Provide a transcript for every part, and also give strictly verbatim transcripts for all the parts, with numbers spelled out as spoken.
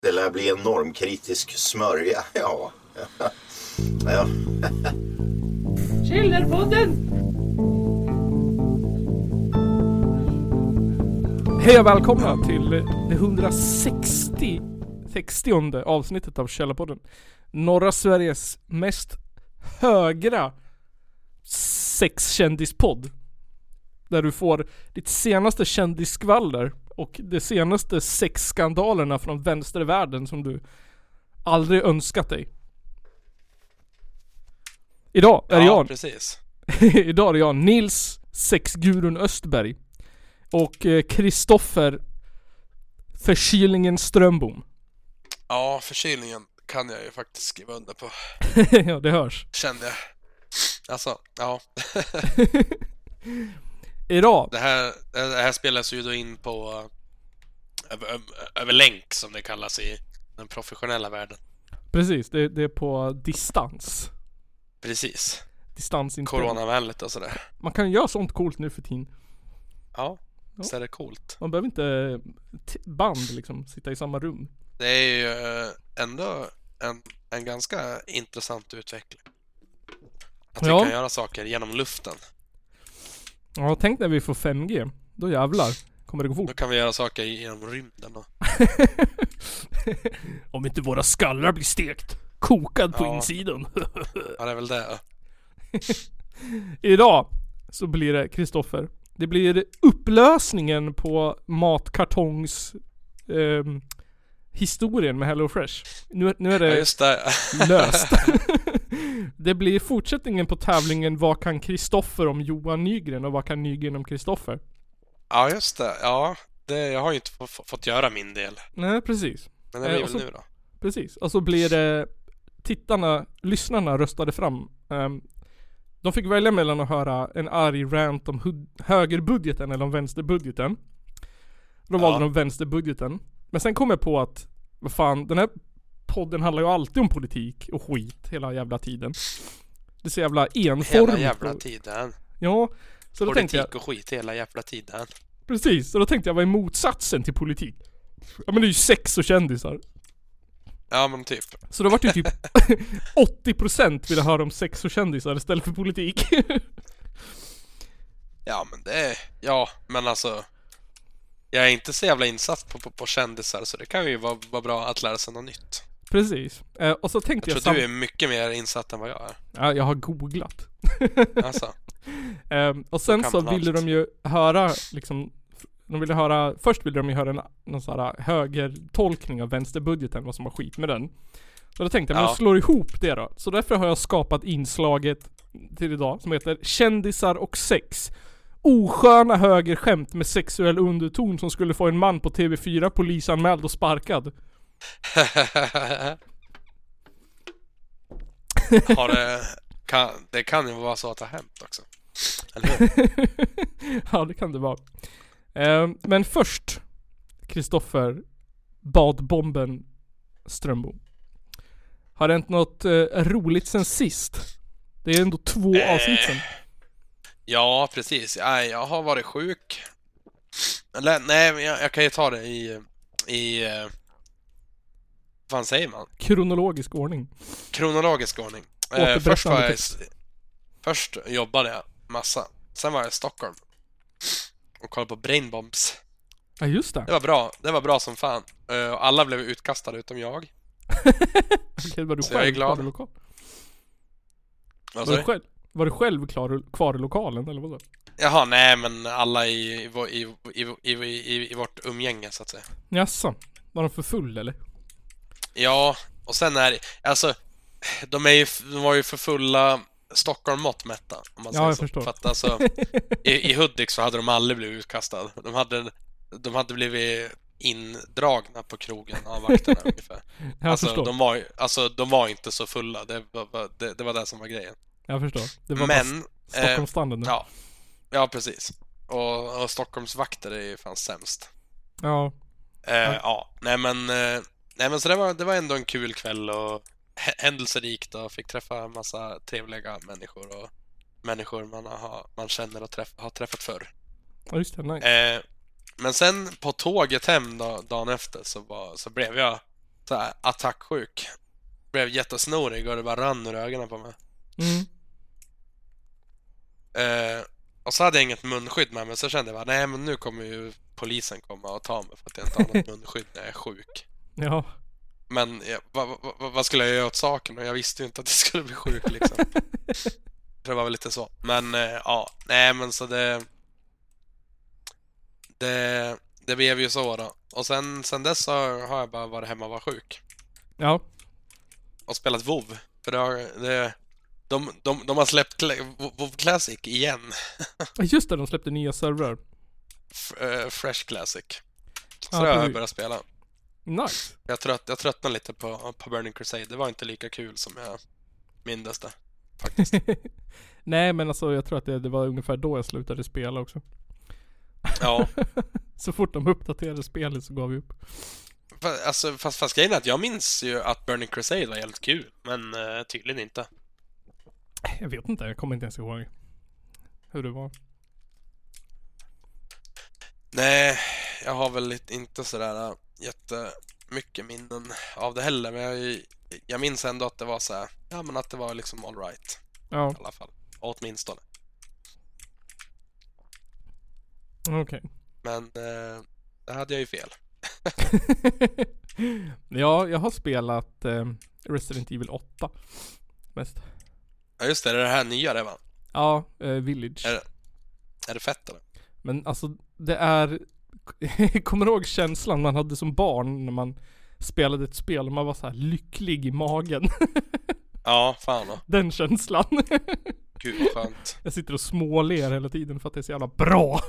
Det lär bli en normkritisk smörja, ja. Ja. Källarpodden! Hej och välkomna till det hundrasextio sextionde avsnittet av Källarpodden. Norra Sveriges mest högra sexkändispodd. Där du får ditt senaste kändisskvaller och de senaste sexskandalerna från vänstervärlden som du aldrig önskat dig. Idag är ja, jag precis. Idag är jag Nils Sexgurun Östberg och Kristoffer Förkylningen Strömbom. Ja, förkylningen kan jag ju faktiskt skriva under på. Ja, det hörs. Kände jag. Alltså, ja. Idag. Det här, det här spelas ju då in på över, över länk som det kallas i den professionella världen. Precis, det, det är på distans. Precis. Distansinspelning. Coronavänligt och sådär. Man kan göra sånt coolt nu för tiden. Ja, Ja. så är det coolt. Man behöver inte t- band liksom, sitta i samma rum. Det är ju ändå en, en ganska intressant utveckling. Att vi Ja. kan göra saker genom luften. Ja, tänk när vi får fem G. Då jävlar kommer det gå Då fort. kan vi göra saker genom rymden och... Om inte våra skallar blir stekt. Kokad på Ja. insidan. Ja, det är väl det. Idag så blir det, Kristoffer, det blir upplösningen på matkartongs ehm, historien med HelloFresh. Nu, nu är Ja, det just det. löst. Det blir fortsättningen på tävlingen Vad kan Kristoffer om Johan Nygren och vad kan Nygren om Kristoffer? Ja, just det. Ja, det, jag har ju inte f- fått göra min del. Nej, precis. Men det Eh, blir och väl så- nu då. Precis. Och så blir det tittarna, lyssnarna röstade fram. Ehm, de fick välja mellan att höra en arg rant om hud- högerbudgeten eller om vänsterbudgeten. Då valde Ja. de vänsterbudgeten. Men sen kom jag på att, vad fan, den här podden handlar ju alltid om politik och skit hela jävla tiden. Det är så jävla enformigt. Hela jävla och- tiden. Ja, så då tänkte jag, Politik och skit hela jävla tiden. precis, så då tänkte jag, vad är motsatsen till politik? Ja men det är ju sex och kändisar. Ja, men typ. Så då var det ju typ åttio procent ville höra om sex och kändisar istället för politik. Ja, men det är... Ja, men alltså... Jag är inte så jävla insatt på, på, på kändisar, så det kan ju vara, vara bra att lära sig något nytt. Precis. Eh, och så tänkte Jag jag, tror sam- du är mycket mer insatt än vad jag är. ja, jag har googlat. Alltså, Eh, och sen Då kan så man ville allt. de ju höra liksom, de ville höra, först ville de ju höra en, någon sån här högertolkning av vänsterbudgeten, vad som var skit med den. Så då tänkte jag, men Ja. jag slår ihop det då. Så därför har jag skapat inslaget till idag som heter Kändisar och sex. Osköna högerskämt med sexuell underton som skulle få en man på T V fyra polisanmäld och sparkad. har det... Kan, det kan ju vara så att det har hänt också. Eller hur? Ja, det kan det vara. Eh, men först, Kristoffer Badbomben Strömbom. Har det hänt något eh, roligt sen sist? Det är ändå två Eh. avsnitt sen. Ja, precis. Nej, jag har varit sjuk. Eller, nej, men jag, jag kan ju ta det i... i eh, vad fan säger man? Kronologisk ordning. Kronologisk ordning. Eh, Återberättande först var jag... text. Först jobbade jag massa. Sen var jag i Stockholm. Och kollade på Brain Bombs. Ja, just det. Det var bra. Det var bra som fan. Eh, och alla blev utkastade utom jag. Okej, var du Så jag är själv glad. kvar i lokal? Vad Var sa du du? själv, var du själv klar, kvar i lokalen eller vadå? Jaha, nej, men alla i, i, vår- i, i, i, i, i vårt umgänge, så att säga. Jaså, var de för full eller? Ja, och sen är det... Alltså, de, är ju, de var ju för fulla Stockholm-mått mätta, om man Ja, säger jag så. förstår. För att alltså, i, i Hudik så hade de aldrig blivit utkastade. De hade, de hade blivit indragna på krogen av vakterna ungefär. Jag Alltså förstår. de, var, ju- alltså, de var inte så fulla, det var, var- det, det var det som var grejen. Jag förstår. Det var Men, bara Stockholmsstandarden. ja, ja precis. Och, och Stockholms vakter är ju fan sämst. Ja. Eh, ja, nej men, eh, nej men så det var, det var ändå en kul kväll och hä- händelserikt och fick träffa en massa trevliga människor och människor man, har, man känner och träff, har träffat förr. Ja, just det. Nice. Eh, men sen på tåget hem då, dagen efter så, var, så blev jag så här attacksjuk. Blev jättesnorig och det bara rann ur ögonen på mig. Mm. Eh, och så hade jag inget munskydd med mig, så kände jag bara, nej men nu kommer ju polisen komma och ta mig för att jag inte har något munskydd när jag är sjuk. Ja. Men ja, vad, vad, vad skulle jag göra åt saken? Och jag visste ju inte att jag skulle bli sjuk liksom. Det var väl lite så. Men eh, ja, nej men så det Det, det blev ju så då. Och sen, sen dess så har jag bara varit hemma och varit sjuk. Ja. Och spelat WoW. För det har, det, de, de, de har släppt WoW Classic igen. Just det, de släppte nya servrar. F- uh, Fresh Classic. Så Ja, det har på- jag börjat spela. Nice. Jag, trött, jag tröttnade lite på, på Burning Crusade. Det var inte lika kul som jag mindes det. Faktiskt. Nej men alltså jag tror att det, det var ungefär då jag slutade spela också. Ja. Så fort de uppdaterade spelet så gav vi upp. Fast, alltså, fast, fast grejen är att jag minns ju att Burning Crusade var jävligt kul. Men uh, tydligen inte. Jag vet inte, jag kommer inte ens ihåg hur det var. Nej, jag har väl lite- inte sådär äh, jättemycket minnen av det heller. Men jag, jag minns ändå att det var så här, ja men att det var liksom all right Ja, i alla fall. Åtminstone. okej. Men eh, det hade jag ju fel. Ja, jag har spelat eh, Resident Evil åtta mest. Ja just det, det är det här nya det va? Ja, eh, Village. Är det, är det fett eller? Men alltså det är kommer du ihåg känslan man hade som barn när man spelade ett spel och man var så här lycklig i magen? Ja, fan då. Den känslan. Gud vad skönt. Jag sitter och småler hela tiden för att det är så jävla bra.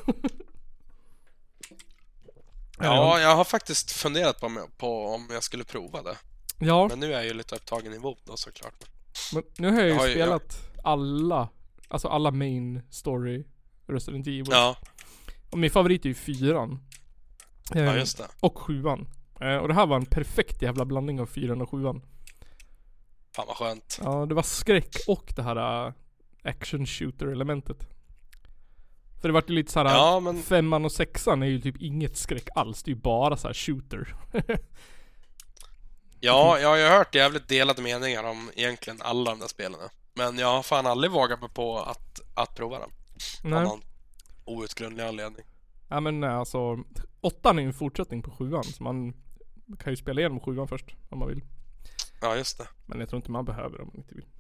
Ja, jag har faktiskt funderat på, om- på om jag skulle prova det. Ja, Men nu är jag ju lite upptagen i WoW då såklart. men nu har jag ju Jag har ju- spelat alla, alltså alla main story Resident Evil. Ja, Och min favorit är ju fyran. ja Eh, just det. Och sjuan. Eh, och det här var en perfekt jävla blandning av fyran och sjuan. Fan vad skönt. Ja, det var skräck och det här uh, action shooter elementet. För det vart ju lite såhär, Ja, men- femman och sexan är ju typ inget skräck alls. Det är ju bara så här shooter. Ja, jag har ju hört jävligt delade meningar om egentligen alla de där spelen. Men jag har fan aldrig vågat mig på att, att prova dem. Av Nej. någon outgrundlig anledning. Ja men nej, alltså, åttan är ju en fortsättning på sjuan. Så man kan ju spela igenom sjuan först om man vill. Ja, just det. Men jag tror inte man behöver om man inte vill.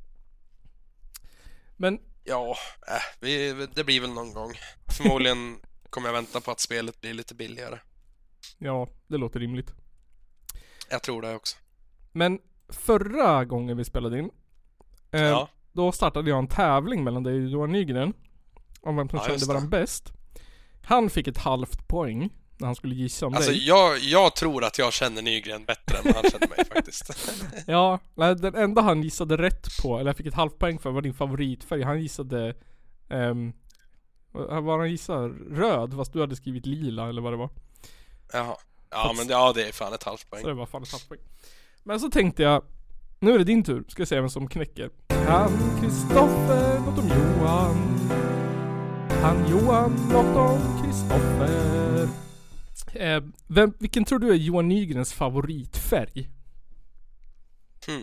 Men Ja, äh, vi, det blir väl någon gång. Förmodligen kommer jag vänta på att spelet blir lite billigare. ja, det låter rimligt. Jag tror det också. Men förra gången vi spelade in, eh, Ja. då startade jag en tävling mellan dig och Johan Nygren. Om vem som Ja, kände just varandra bäst. Han fick ett halvt poäng när han skulle gissa om Alltså dig. jag, jag tror att jag känner Nygren bättre än vad han känner mig faktiskt. Ja, nej, den enda han gissade rätt på, eller jag fick ett halvt poäng för, var din favoritfärg. Han gissade, um, vad var han gissade? Röd, fast du hade skrivit lila eller vad det var. Jaha. Ja, men ja, det är fan ett halvt poäng. Så det var fan ett halvt poäng. Men så tänkte jag, nu är det din tur. Ska vi se vem som knäcker. Kan Kristoffer något om Johan? Kan Johan något om Kristoffer? Eh, vem, vilken tror du är Johan Nygrens favoritfärg? Hmm.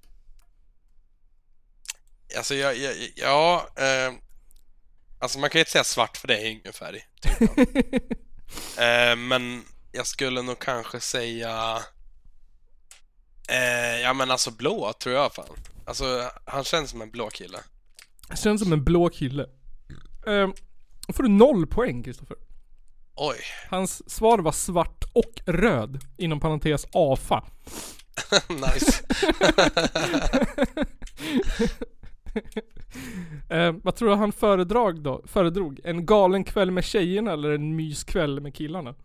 Alltså jag, jag ja, eh, alltså man kan ju inte säga svart för det är ingen färg. Typ. eh, men jag skulle nog kanske säga, eh, ja men alltså blå tror jag fan. Alltså han känns som en blå kille. Känns som en blå kille. Eh, då får du noll poäng Kristoffer. Oj. Hans svar var svart och röd. Inom parentes A F A. Nice. eh, vad tror du han föredrag då? Föredrog? En galen kväll med tjejerna eller en myskväll med killarna?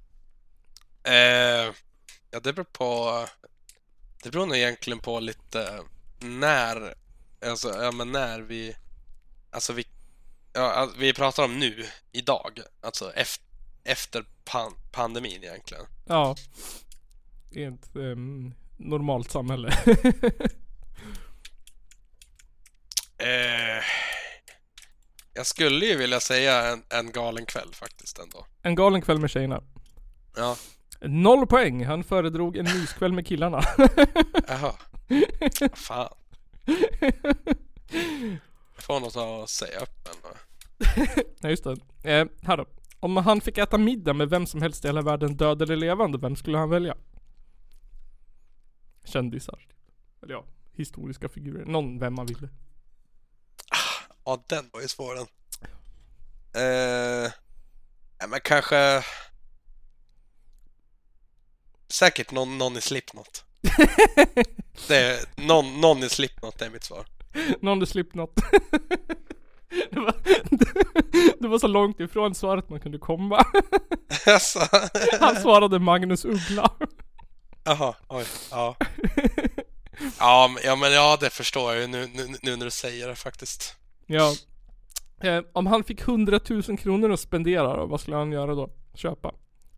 eh, ja det beror på, det beror nog egentligen på lite när, alltså ja men när vi, alltså vi, ja, alltså, vi pratar om nu, idag, alltså efter, efter pan- pandemin egentligen. Ja. I ett um, normalt samhälle. eh, jag skulle ju vilja säga en, en galen kväll faktiskt ändå. En galen kväll med tjejerna. Ja. Noll poäng. Han föredrog en myskväll med killarna. Jaha. Fan. Jag får något att säga upp en. Nej, just det. Eh, här då. Om han fick äta middag med vem som helst i hela världen, död eller levande, vem skulle han välja? Kändisar. Eller ja, historiska figurer. Någon vem man ville. Ja, den var ju svår den. Eh, ja, men kanske... Säkert någon, någon i Slipknot. Det är, någon, någon i Slipknot är mitt svar. Någon i Slipknot. Det var, det var så långt ifrån svaret man kunde komma. Alltså. Han svarade Magnus Uggla. Jaha, oj, ja. Ja, men, ja, men ja, det förstår jag ju nu, nu, nu när du säger det faktiskt. Ja. Eh, om han fick hundratusen kronor att spendera då, vad skulle han göra då? Köpa?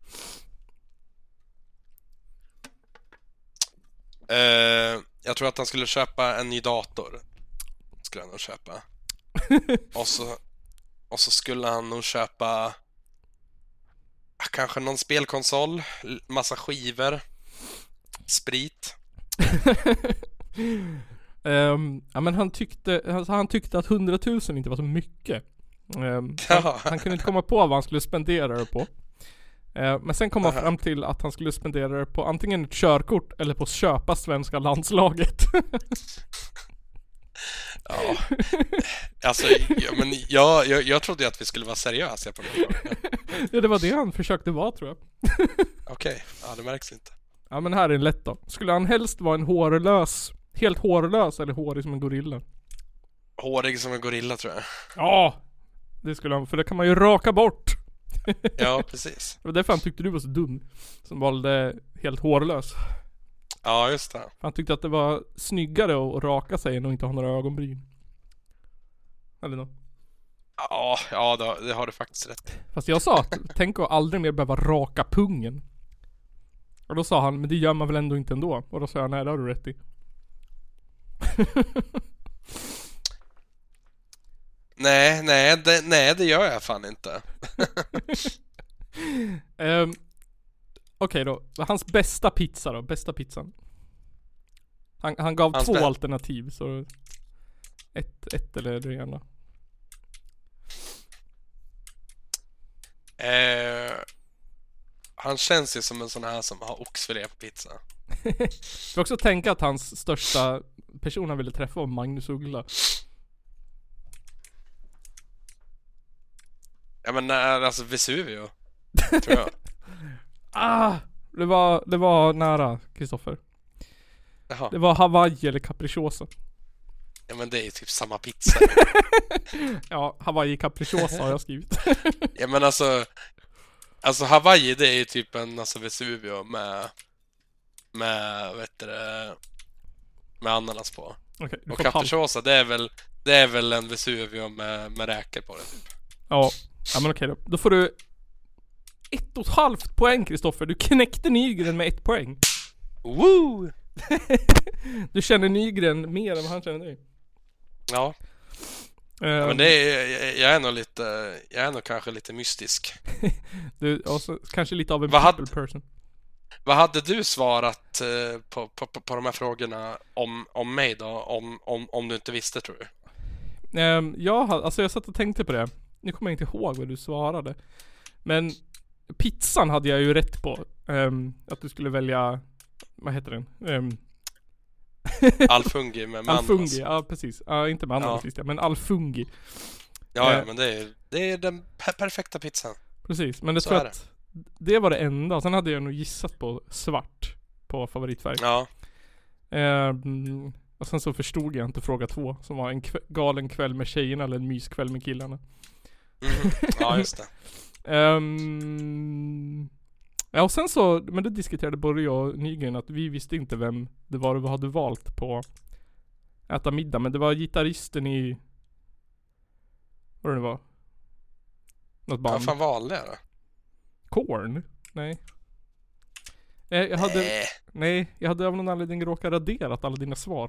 Eh, jag tror att han skulle köpa en ny dator. Skulle han nog köpa. och, så, och så skulle han nog köpa kanske någon spelkonsol, massa skivor, sprit. um, ja, men han tyckte, alltså han tyckte att hundratusen inte var så mycket. Um, han, han kunde inte komma på vad han skulle spendera det på. Uh, men sen kom han fram till att han skulle spendera det på antingen ett körkort eller på att köpa svenska landslaget. Ja, alltså, ja, men jag, jag, jag trodde att vi skulle vara seriösa på den här. Ja, det var det han försökte vara, tror jag. Okej, okay. Ja, det märks inte. Ja, men här är en lätt då. Skulle han helst vara en hårlös, helt hårlös eller hårig som en gorilla? Hårig som en gorilla, tror jag. Ja, det skulle han, för det kan man ju raka bort. Ja, precis. Det var därför han tyckte du var så dum, som valde helt hårlös. Ja, just det. Han tyckte att det var snyggare att raka sig än att inte ha några ögonbryn. Eller något. Ja, ja det, det har du faktiskt rätt. Fast jag sa att tänk att aldrig mer behöva raka pungen. Och då sa han, men det gör man väl ändå inte ändå. Och då sa jag, nej, det har du rätt i. nej, nej det, nej, det gör jag fan inte. um, Okej okay då, hans bästa pizza då, bästa pizzan. Han, han gav hans två bä- alternativ, så ett, ett eller det ena. Eh, han känns ju som en sån här som har oxfilé på pizza. Du får också tänka att hans största person han ville träffa var Magnus Uggla. Ja, men alltså Vesuvio, tror jag. Ah, det var, det var nära, Kristoffer. Jaha. Det var Hawaii eller Capricciosa. Ja, men det är ju typ samma pizza. Ja, Hawaii Capricciosa har jag skrivit. Ja, men alltså Alltså Hawaii, det är ju typ en alltså Vesuvio med Med, vet du det, med ananas på. Okay, och Capricciosa, det är väl Det är väl en Vesuvio med, med räkor på det typ. Ja, ja men okej då. Då får du ett och ett halvt poäng, Kristoffer. Du knäckte Nygren med ett poäng. Woo! Du känner Nygren mer än vad han känner dig. Ja. Um, ja men det är, jag, jag är nog lite Jag är nog kanske lite mystisk. Du också, kanske lite av en vad people hade, person. Vad hade du svarat uh, på, på, på de här frågorna om, om mig då? Om, om, om du inte visste, tror du? Um, jag, alltså jag satt och tänkte på det. Nu kommer jag inte ihåg vad du svarade. Men pizzan hade jag ju rätt på. Um, att du skulle välja, vad heter den? Um, Alfungi med, med Alfungi, ja precis. Ja, inte med ananas, ja. men alfungi. Ja, ja eh, men det är, det är den per- perfekta pizzan. Precis, men det Så tror är jag att det var det enda. Sen hade jag nog gissat på svart på favoritfärg. Ja. Um, och sen så förstod jag inte fråga två, som var en kv- galen kväll med tjejerna eller en myskväll med killarna. Mm. Ja, just det. um, ja, och sen så, men då diskuterade både jag och Nygren att vi visste inte vem det var du hade valt på äta middag, men det var gitarristen i, vad det nu var, något band. Vad fan valde jag då? Korn? Nej. Nej, jag hade, Nej. nej, jag hade av någon anledning råkat raderat alla dina svar.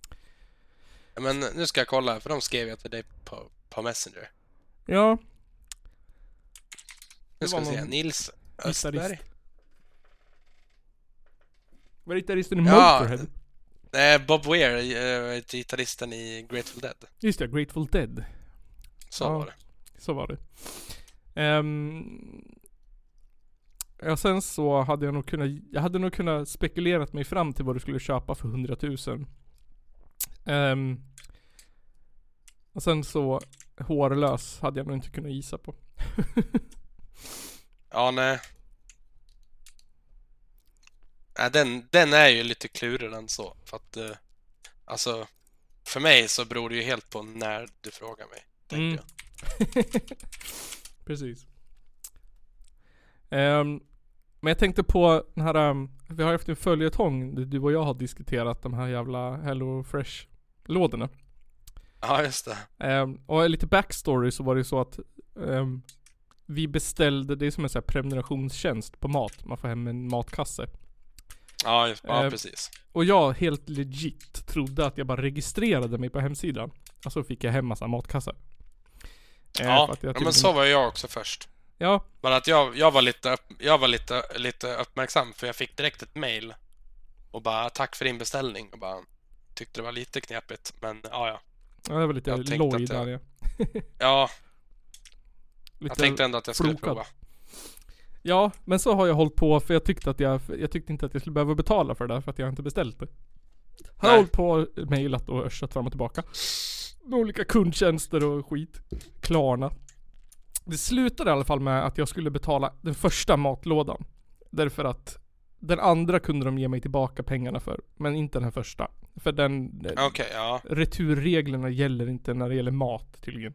Men nu ska jag kolla, för de skrev jag till dig på, på Messenger. Ja. Nu ska Det vi var se, någon Nils Östberg. gitarrist. Var det gitarristen i Ja. Motorhead? Nej, Bob Weir, eh, gitarristen i Grateful Dead. Just det, Grateful Dead. Så Ja. var det. Så var det. Ehm, ja, sen så hade jag nog kunnat, jag hade nog kunnat spekulerat mig fram till vad du skulle köpa för hundratusen. Um, och sen så hårlös hade jag nog inte kunnat gissa på. Ja, nej. Nej, den, den är ju lite klurig den så. För att, eh, alltså, för mig så beror det ju helt på när du frågar mig, tänker Mm. jag. Precis. Ehm, men jag tänkte på den här, um, vi har haft en följetong där du och jag har diskuterat de här jävla Hello Fresh-lådorna. Ja, just det. Ehm, och lite backstory så var det ju så att ehm, vi beställde, det är som en sån här prenumerationstjänst på mat. Man får hem en matkasse. Ja, just, ja Eh, precis. Och jag helt legit trodde att jag bara registrerade mig på hemsidan. Och så fick jag hem massa matkassar. Eh, Ja, för att jag ja typ- men så var jag också först. Ja, Men att jag, jag var, lite, upp- jag var lite, lite uppmärksam för jag fick direkt ett mail och bara tack för din beställning och bara tyckte det var lite knepigt, men ja, ja. ja, det var lite Jag tänkte loj att jag- där ja. Ja, Lite jag tänkte ändå att jag skulle flokad. prova. Ja, men så har jag hållit på för jag tyckte att jag, jag tyckte inte att jag skulle behöva betala för det där för att jag inte beställt det. Har Nej. hållit på och mejlat och örsat fram och tillbaka. Med olika kundtjänster och skit. Klarna. Det slutade i alla fall med att jag skulle betala den första matlådan. Därför att den andra kunde de ge mig tillbaka pengarna för. Men inte den här första. För den, Okej, ja. returreglerna gäller inte när det gäller mat tydligen.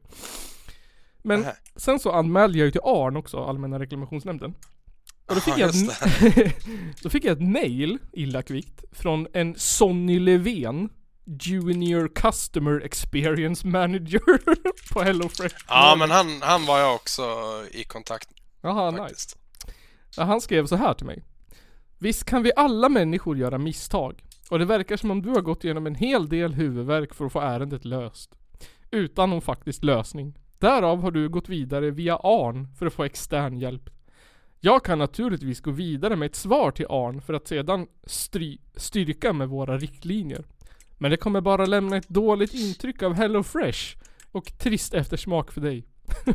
Men Nähä. sen så anmälde jag ju till A R N också, Allmänna reklamationsnämnden. Och då fick, Ja, jag, just ett, då fick jag ett mail, illa kvickt, från en Sonny Levén, Junior Customer Experience Manager på HelloFresh. Ja, men han, han var jag också i kontakt med Jaha, nice. faktiskt. Ja, han skrev så här till mig. Visst kan vi alla människor göra misstag. Och det verkar som om du har gått igenom en hel del huvudvärk för att få ärendet löst. Utan någon faktisk lösning. Därav har du gått vidare via A R N för att få extern hjälp. Jag kan naturligtvis gå vidare med ett svar till A R N för att sedan stry- styrka med våra riktlinjer. Men det kommer bara lämna ett dåligt intryck av HelloFresh och trist eftersmak för dig.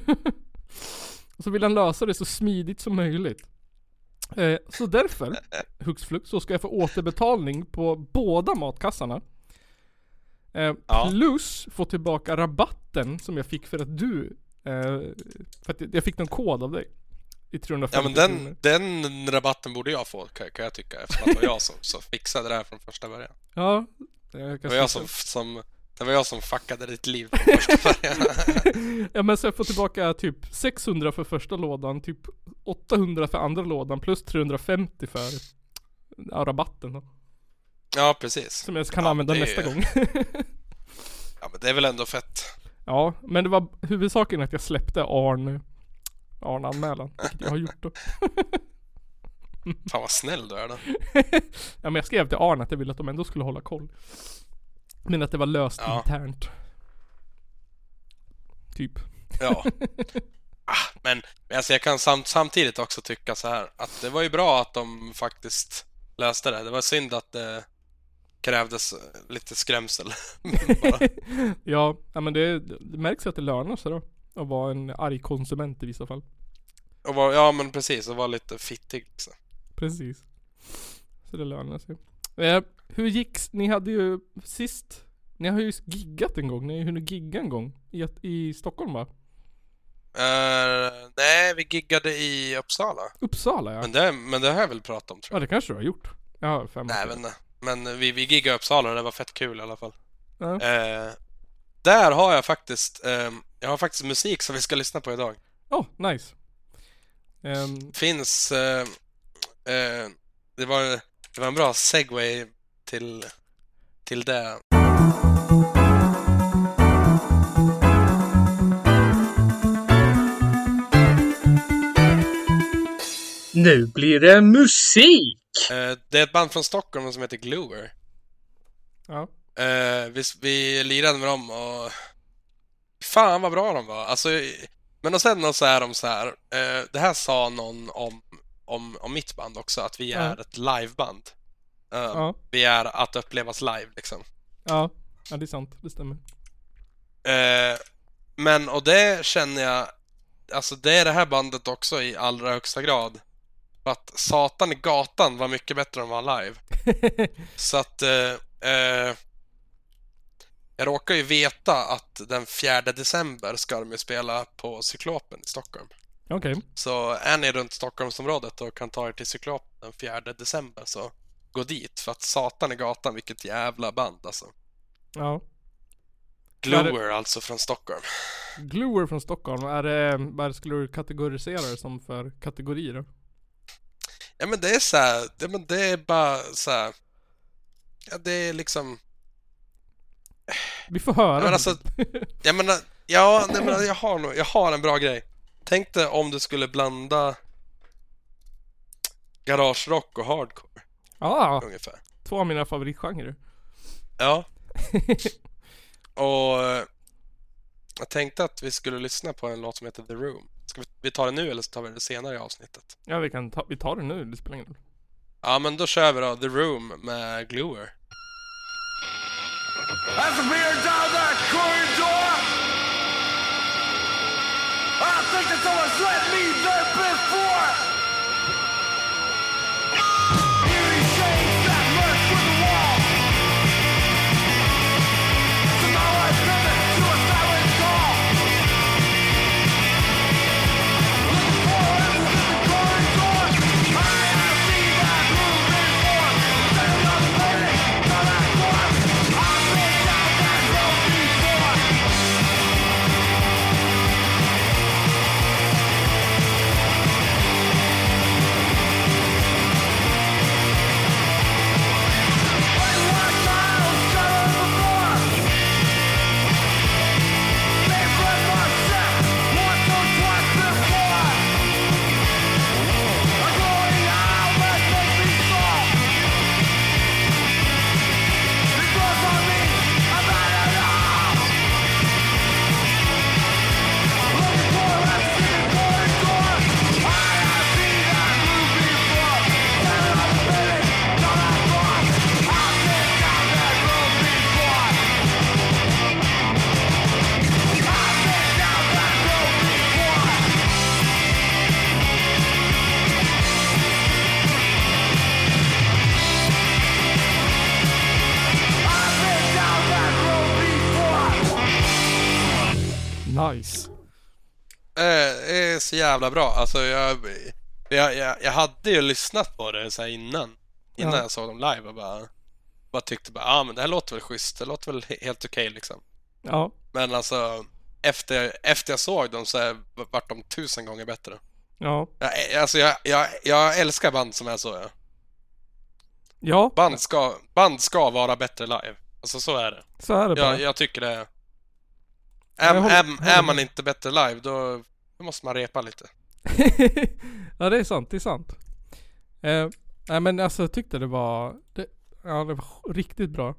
Och så vill han lösa det så smidigt som möjligt. Eh, så därför, hux flux, så ska jag få återbetalning på båda matkassarna. Eh, Ja. Plus få tillbaka rabatten som jag fick för att du, eh, för att jag fick någon kod av dig. I Ja, trehundrafemtio men den, kronor. den rabatten borde jag få, kan, kan jag tycka, eftersom att det var jag som, som fixade det här från första början. Ja. Jag Det kan var jag säga- som, som, det var jag som fuckade ditt liv från första början. Ja, men så jag får tillbaka typ sexhundra för första lådan, typ åttahundra för andra lådan, plus trehundrafemtio för ja, rabatten då. Ja, precis. Som jag kan Ja, använda det är- nästa gång. Ja, men det är väl ändå fett. Ja, men det var huvudsaken att jag släppte Arn Arn-anmälan, vilket jag har gjort då. Fan vad snäll du är då. Ja, men jag skrev till Arn att jag ville att de ändå skulle hålla koll. Men att det var löst Ja. internt. Typ. Ja. Ah, men men alltså jag kan sam- samtidigt också tycka så här att det var ju bra att de faktiskt löste det. Det var synd att det krävdes lite skrämsel. Bara. Ja, ja men det, det märks att det lönar sig då. Att vara en arg konsument i vissa fall. Och var, ja men precis, och vara lite fittig liksom. Precis. Så det lönar sig. Eh, hur gick ni hade ju sist, ni har ju giggat en gång, ni har ju hunnit gigga en gång i, i Stockholm va? Uh, nej, vi giggade i Uppsala. Uppsala ja. Men det, men det har jag väl pratat om tror Ja jag. det kanske du har gjort. Ja, fem Nej, år. men, men vi, vi giggade i Uppsala och det var fett kul i alla fall. Ja. Eh, där har jag faktiskt, eh, jag har faktiskt musik som vi ska lyssna på idag. Oh, nice. Ehm, Finns, eh, eh, det var, det var en bra segway till, till det. Nu blir det musik! Eh, det är ett band från Stockholm som heter Gluer. ja. Eh, vi, vi lirade med dem och fan vad bra de var. Alltså, men och sen så är de så här. Eh, det här sa någon om, om, om mitt band också, att vi är Ja. ett liveband. Ja. begär att upplevas live liksom. Ja, ja det är sant, det stämmer. Eh, men, och det känner jag, alltså det är det här bandet också i allra högsta grad. För att Satan i gatan var mycket bättre än vad han live. Så att eh, eh, jag råkar ju veta att den fjärde december ska de ju spela på Cyklopen i Stockholm. Okej. Okay. Så är ni runt Stockholmsområdet och kan ta er till Cyklopen den fjärde december, så gå dit. För att Satan i gatan, vilket jävla band alltså. Ja. Glower det... alltså från Stockholm. Glower från Stockholm, är det, vad skulle du kategorisera det som för kategorier då? Ja men det är så här, det, men det är bara så här, ja det är liksom... Vi får höra. Ja, men alltså, jag menar, ja, nej, men jag har nog, jag har en bra grej. Tänk dig om du skulle blanda garage rock och hardcore. Ja, ungefär. Två av mina favoritgenrer. Ja. Och jag tänkte att vi skulle lyssna på en låt som heter The Room. Ska vi, vi ta det nu eller så tar vi det senare i avsnittet? Ja, vi kan ta, vi tar det nu, det spelar ingen roll. Ja, men då kör vi då The Room med Glower. As I'm here down that corridor, I think that someone's let me there before. Eerie shades that lurk through the wall. So now I've driven to a silent call. Looking for answers in the corridor. I have seen that room before. Standing on the building, down that door. I've been down that road before. Nice. Det är så jävla bra. Alltså jag, jag, jag, jag hade ju lyssnat på det så här innan. Innan ja. jag såg dem live och bara, bara tyckte bara, ah, men det här låter väl schysst. Det låter väl helt okej okay, liksom. Ja. Men alltså efter, efter jag såg dem så vart de tusen gånger bättre. Ja. Jag, alltså jag, jag, jag älskar band som är så, ja. Ja. Band ska, band ska vara bättre live. Alltså så är det. Så är det bara. Jag, jag tycker det. Är, håller, är, är man inte bättre live, då, då måste man repa lite. Ja, det är sant, det är sant. Eh, nej men alltså jag tyckte det var det, ja, det var riktigt bra.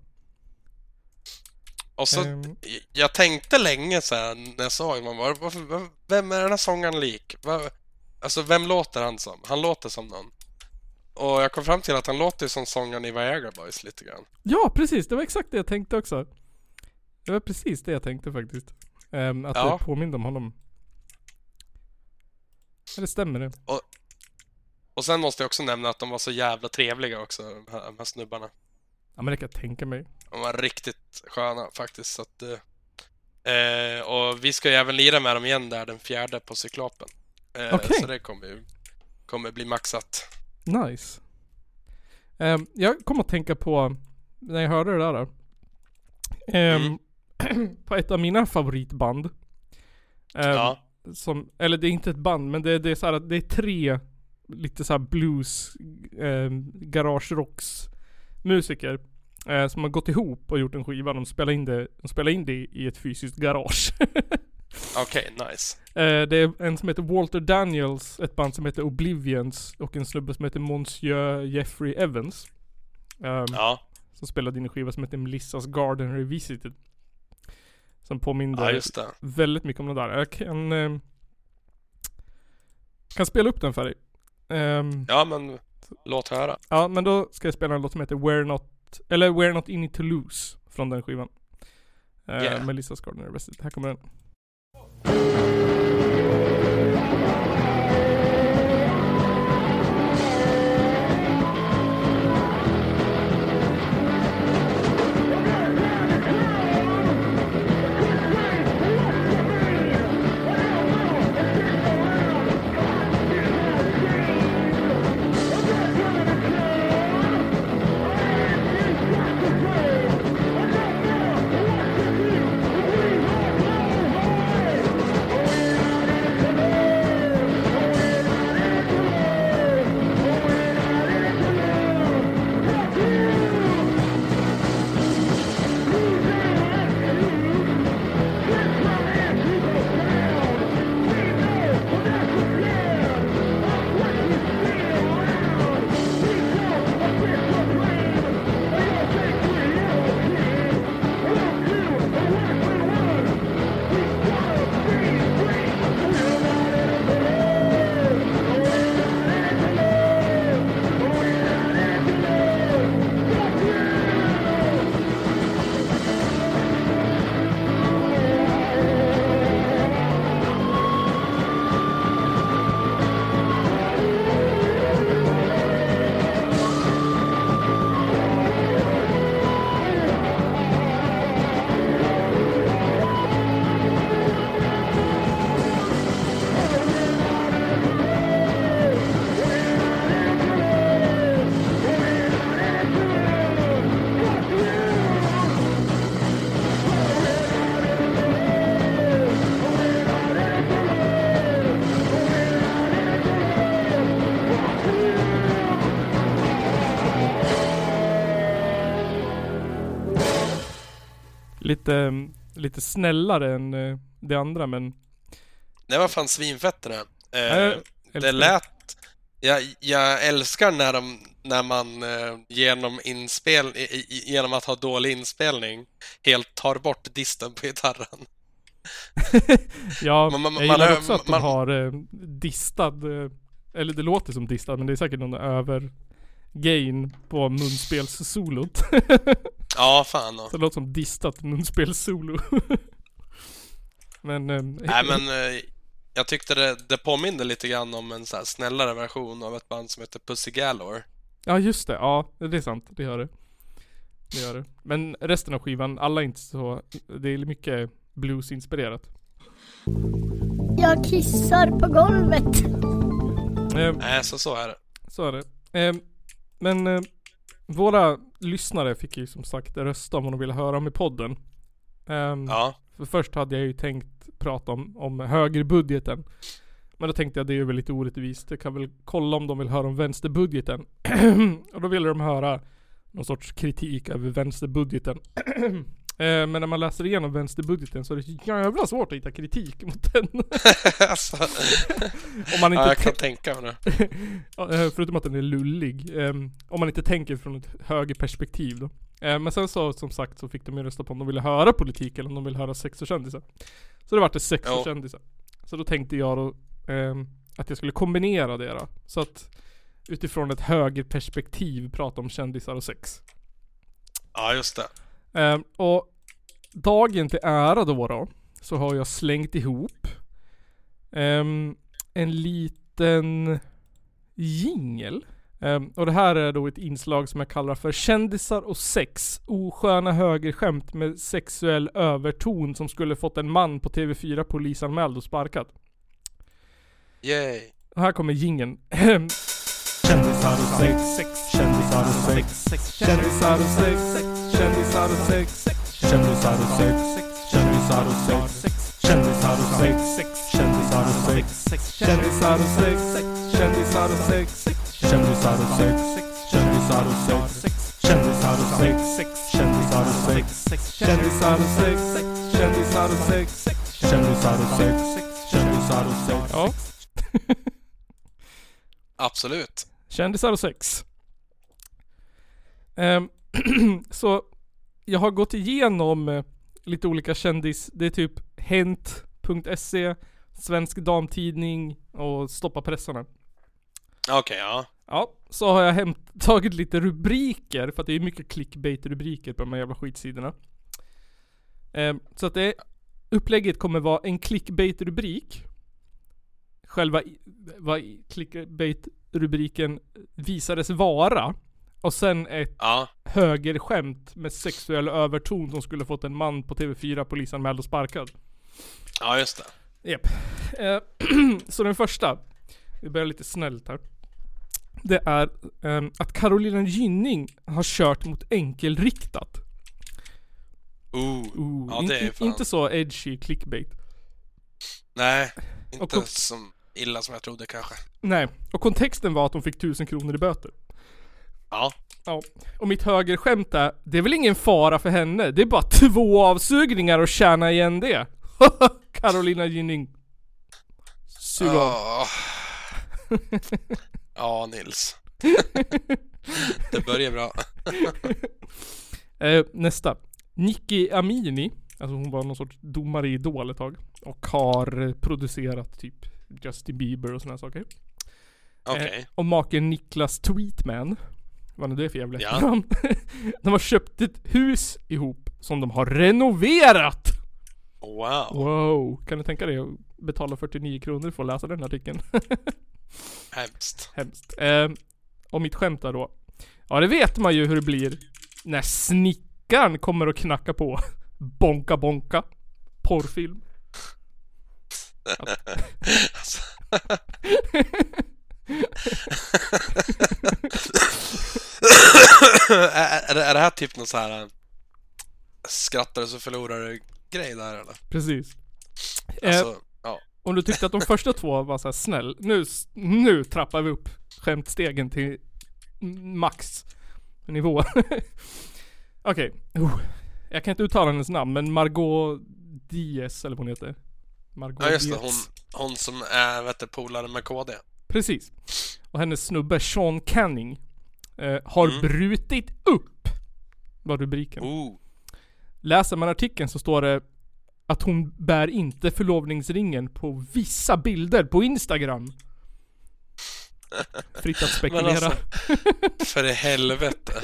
Och så, um, jag tänkte länge så här, när jag såg man var, varför, vem är den här sångaren lik? Var, alltså vem låter han som? Han låter som någon. Och jag kom fram till att han låter som sångaren i Viagra Boys lite grann. Ja, precis, det var exakt det jag tänkte också. Det var precis det jag tänkte faktiskt. Um, att ja. det påminde om honom. Ja, det stämmer det. Och, och sen måste jag också nämna att de var så jävla trevliga också, de här, de här snubbarna. Ja, men det kan jag tänka mig. De var riktigt sköna faktiskt. Så att, eh, och vi ska ju även lira med dem igen där den fjärde på Cyklopen. Eh, okay. Så det kommer ju kommer bli maxat. Nice. Um, jag kom att tänka på, när jag hörde det där då. Um, mm. På ett av mina favoritband. Um, ja. Som, eller det är inte ett band, men det, det är så här att det är tre lite så här blues um, garage rocks musiker uh, som har gått ihop och gjort en skiva. De spelar in det, de spelar in det i ett fysiskt garage. Okej, okay, nice. Uh, det är en som heter Walter Daniels, ett band som heter Oblivions och en snubbe som heter Monsieur Jeffrey Evans. Um, ja. Som spelade in en skiva som heter Melissas Garden Revisited. Som påminner ja, just det. väldigt mycket om det där. Jag kan, eh, kan spela upp den för dig. Um, ja, men Låt höra. Ja, men då ska jag spela en låt som heter We're Not, eller We're Not In It To Lose från den skivan. Uh, Yeah. Melissa Gardner West. Här kommer den. Lite, lite snällare än uh, det andra, men... Det var fan svinfett det. Eh, Äh, det lät... Jag, jag älskar när, de, när man eh, genom, inspel, i, i, genom att ha dålig inspelning helt tar bort disten på gitarren. Ja, man, man, jag gillar man, också att man, de har eh, distad, eh, eller det låter som distad, men det är säkert någon över gain på munspelssolot. Ja, fan då. Så det låter som distat munspelssolo. Men... Eh, Nej, men eh, jag tyckte det, det påminner lite grann om en så här snällare version av ett band som heter Pussy Galore. Ja, just det. Ja, det är sant. Det gör det. Det gör det. Men resten av skivan, alla är inte så... Det är mycket blues-inspirerat. Jag kissar på golvet. Eh, Nej, så så är det. så är det. Eh, men eh, våra lyssnare fick ju som sagt rösta om vad de ville höra om i podden. Eh, Ja. För först hade jag ju tänkt prata om, om högerbudgeten. Men då tänkte jag det är väl lite orättvist. Jag kan väl kolla om de vill höra om vänsterbudgeten. Och då ville de höra någon sorts kritik över vänsterbudgeten. eh, men när man läser igenom vänsterbudgeten så är det så jävla svårt att hitta kritik mot den. Alltså, om man inte ja, jag kan tän- tänka mig det. Ja, eh, förutom att den är lullig. Eh, om man inte tänker från ett högerperspektiv då. Eh, men sen så som sagt så fick de ju rösta på om de ville höra politik eller om de ville höra sex och kändisar. Så det var det sex och Jo. kändisar. Så då tänkte jag då eh, att jag skulle kombinera det då. Så att utifrån ett högerperspektiv prata om kändisar och sex. Ja, just det. Eh, och dagen till ära då då så har jag slängt ihop eh, en liten jingle. Um, och det här är då ett inslag som jag kallar för kändisar och sex. Osköna högerskämt med sexuell överton som skulle fått en man på T V fyra polisanmäld och sparkad. Yay. Och här kommer jingeln. Kändisar och sex, kändisar och sex, Kändisar och sex, kändisar och sex, kändisar och sex, kändisar och sex, kändisar och sex, kändisar och sex, kändisar och sex, kändisar och sex, kändisar och sex, kändisar och sex, kändisar och sex, kändisar och sex, kändisar och sex, kändisar och sex, kändisar och sex, kändisar och sex. Ja. Absolut. Kändisar och sex. Um, så jag har gått igenom uh, lite olika kändis. Det är typ hent punkt se, Svensk Damtidning och Stoppa pressarna. Okej, okay, ja. Ja, så har jag hämt- tagit lite rubriker, för att det är mycket clickbait-rubriker på de här jävla skitsidorna. Eh, så att det, upplägget kommer vara en clickbait-rubrik. Själva i- vad i- clickbait-rubriken visades vara. Och sen ett Ja. högerskämt med sexuell överton som skulle fått en man på T V fyra polisanmäld och sparkad. Ja, just det. Japp. Eh, så den första, vi börjar lite snällt här. Det är ehm, att Carolina Gynning har kört mot enkelriktat. Ooh. Ooh, Ja, in, det är in, fan. inte så edgy clickbait. Nej, inte Och- som illa som jag trodde kanske. Nej, och kontexten var att hon fick tusen kronor i böter. Ja. Ja, och mitt högerskämt är, det är väl ingen fara för henne. Det är bara två avsugningar och tjäna igen det. Carolina Gynning. Sug av. Åh. Ja, Nils. Det börjar bra. Eh, nästa. Nicki Amini. Alltså hon var någon sorts domare i Idol ett tag. Och har eh, producerat typ Justin Bieber och såna här saker. Okej. Eh, och maken Niklas Tweetman. Vad är det för jävla Ja. efternamn? De har köpt ett hus ihop som de har renoverat. Wow. Wow. Kan du tänka dig att betala fyrtionio kronor för att läsa den artikeln? Hemskt. Hemskt. Eh, och mitt skämt är då. Ja, det vet man ju hur det blir när snickaren kommer och knackar på. Bonka bonka. Porrfilm. Alltså. är, är, det, är det här typ någon så här skrattar så förlorar du grej där eller? Precis. Eh, Alltså, ja. om du tyckte att de första två var så här snäll. Nu, nu trappar vi upp skämtstegen till max nivå. Okej. Oh. Jag kan inte uttala hennes namn, men Margot Diaz eller vad hon heter. Margot Ja just det, Diaz. hon, hon som är vet du, polare med K D. Precis. Och hennes snubbe Sean Canning eh, har Mm. brutit upp. Var rubriken. Oh. Läser man artikeln så står det att hon bär inte förlovningsringen på vissa bilder på Instagram. Fritt att spekulera. Men alltså, för i helvete.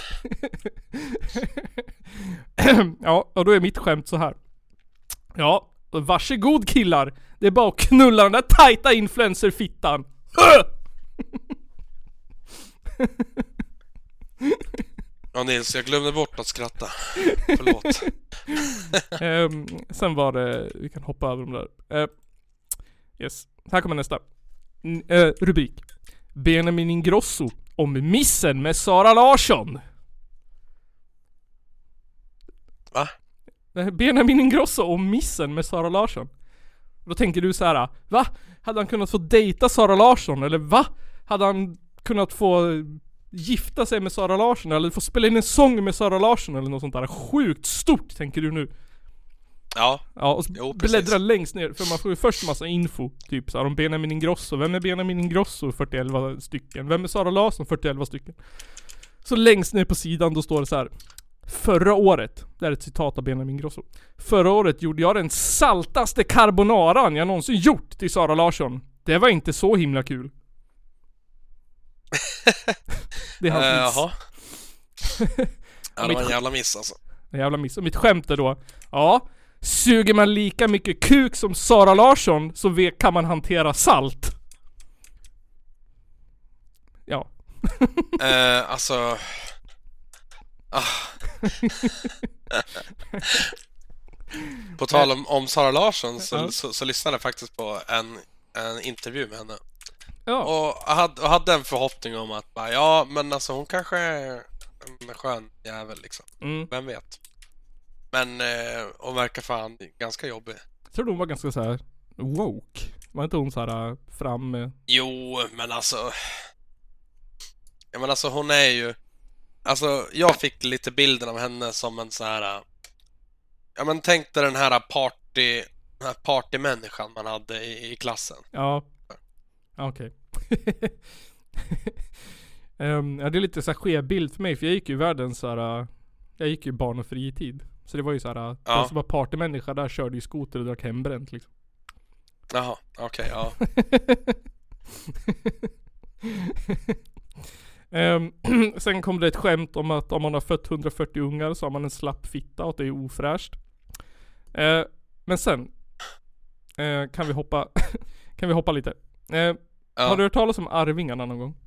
Ja, och då är mitt skämt så här. Ja, varsågod killar. Det är bara att knulla den där tajta influencerfittan. Ja Nils, jag glömde bort att skratta. Förlåt. Ehm, sen var det, vi kan hoppa över de där. Uh, yes, här kommer nästa. N- eh, rubrik. Benjamin Ingrosso om missen med Sara Larsson. Va? Eh, Benjamin Ingrosso om missen med Sara Larsson. Då tänker du så här: va? Hade han kunnat få dejta Sara Larsson? Eller va? Hade han kunnat få gifta sig med Sara Larsson? Eller få spela in en sång med Sara Larsson? Eller något sånt där sjukt stort, tänker du nu. Ja. Ja, och så Jo, precis. bläddra längst ner, för man får ju först massa info. Typ såhär om Benjamin Ingrosso. Vem är Benjamin Ingrosso? fyrtioelva stycken. Vem är Sara Larsson? fyrtioelva stycken. Så längst ner på sidan då står det så här: förra året, det är ett citat av Benjamin Ingrosso. Förra året gjorde jag den saltaste carbonaran jag någonsin gjort till Sara Larsson. Det var inte så himla kul. Det är hans Eh, miss. Jaha. Ja, det mitt var en sk- jävla miss alltså. En jävla miss. Och mitt skämt är då: ja, suger man lika mycket kuk som Sara Larsson så vet, kan man hantera salt. Ja. Eh, alltså... Ah. På tal om, om Sara Larsson så, Ja. så, så lyssnade jag faktiskt på en, en intervju med henne. Ja. Och jag hade, och hade en förhoppning om att bara, ja men alltså hon kanske är en skön jävel liksom. Mm. Vem vet. Men eh, hon verkar fan ganska jobbig. Jag tror hon var ganska så här woke. Var inte hon så här fram med... Jo, men alltså... Ja men alltså hon är ju... Alltså jag fick lite bilden av henne som en så här... Ja men tänk dig den här party... Den här partymänniskan man hade i, i klassen. Ja. Ja, okej. um, ja, det är lite så här skev bild för mig, för jag gick ju världens så här. Jag gick ju barn och fritid. Så det var ju så här. Ja. Den som var partymänniska där körde ju skoter och drack hembränt liksom. Jaha, okej, ja. um, sen kom det ett skämt om att om man har fött hundrafyrtio ungar så har man en slapp fitta och att det är ofräscht. Uh, men sen uh, kan vi hoppa kan vi hoppa lite. Uh, ja. Har du hört talas om Arvingarna någon gång?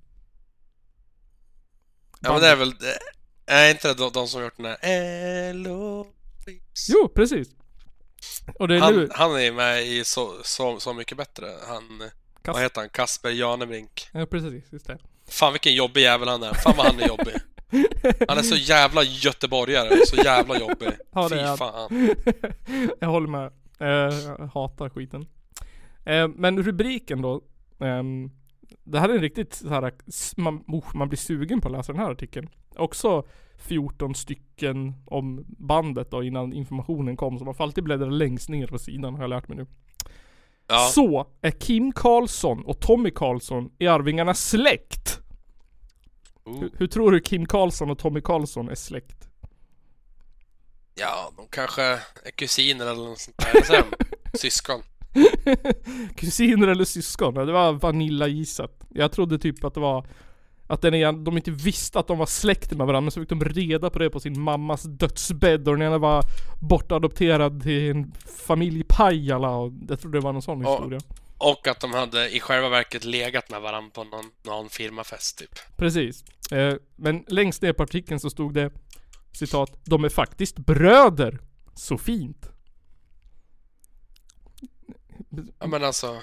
Ja, men det är väl det, är inte det de, de som har gjort den här Eloise? Jo, precis. Och det är han, nu... han är med i så, så, så mycket bättre. Han, Kas... vad heter han? Kasper Janebrink. Ja, precis, just det. Fan vilken jobbig jävel han är. Fan vad han är jobbig. Han är så jävla göteborgare. Så jävla jobbig. Ja, det Fy är fan. Jag håller med. Uh, jag hatar skiten. Uh, men rubriken då. Um, det här är en riktigt så här, man, oh, man blir sugen på att läsa den här artikeln. Också fjorton stycken om bandet då innan informationen kom. Så man får alltid bläddra längst ner på sidan, har jag lärt mig nu. Ja. Så är Kim Karlsson och Tommy Karlsson i Arvingarnas släkt. Oh. Hur, hur tror du Kim Karlsson och Tommy Karlsson är släkt? Ja, de kanske är kusiner eller något sånt där. Sen, syskon. Kusiner eller syskon? Det var Vanilla gissat. Jag trodde typ att det var att den ena, de inte visste att de var släkt med varandra, men så fick de reda på det på sin mammas dödsbädd och den ena var bortadopterad till en familj i Pajala och jag trodde det var någon sån och, historia. Och att de hade i själva verket legat med varandra på någon, någon firmafest typ. Precis. Eh, men längst ner på artikeln så stod det citat, de är faktiskt bröder. Så fint. Ja men alltså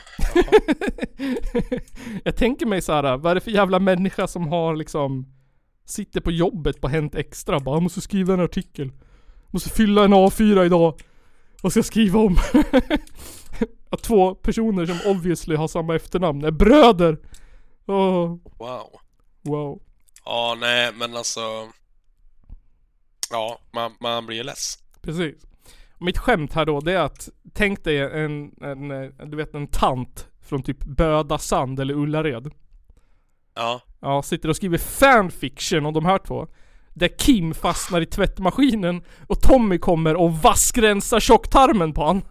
jag tänker mig så här, vad är det för jävla människa som har liksom sitter på jobbet på Hänt Extra bara, jag måste skriva en artikel, måste fylla en A fyra idag, vad ska jag skriva om? Att två personer som obviously har samma efternamn är bröder. Oh. Wow. Wow. Ja nej men alltså ja man, man blir ju less. Precis. Mitt skämt här då, det är att tänk dig en, en, en du vet en tant från typ Böda Sand eller Ullared. Ja. Ja, sitter och skriver fanfiction om de här två. Där Kim fastnar i tvättmaskinen och Tommy kommer och vassgrensar tjocktarmen på han.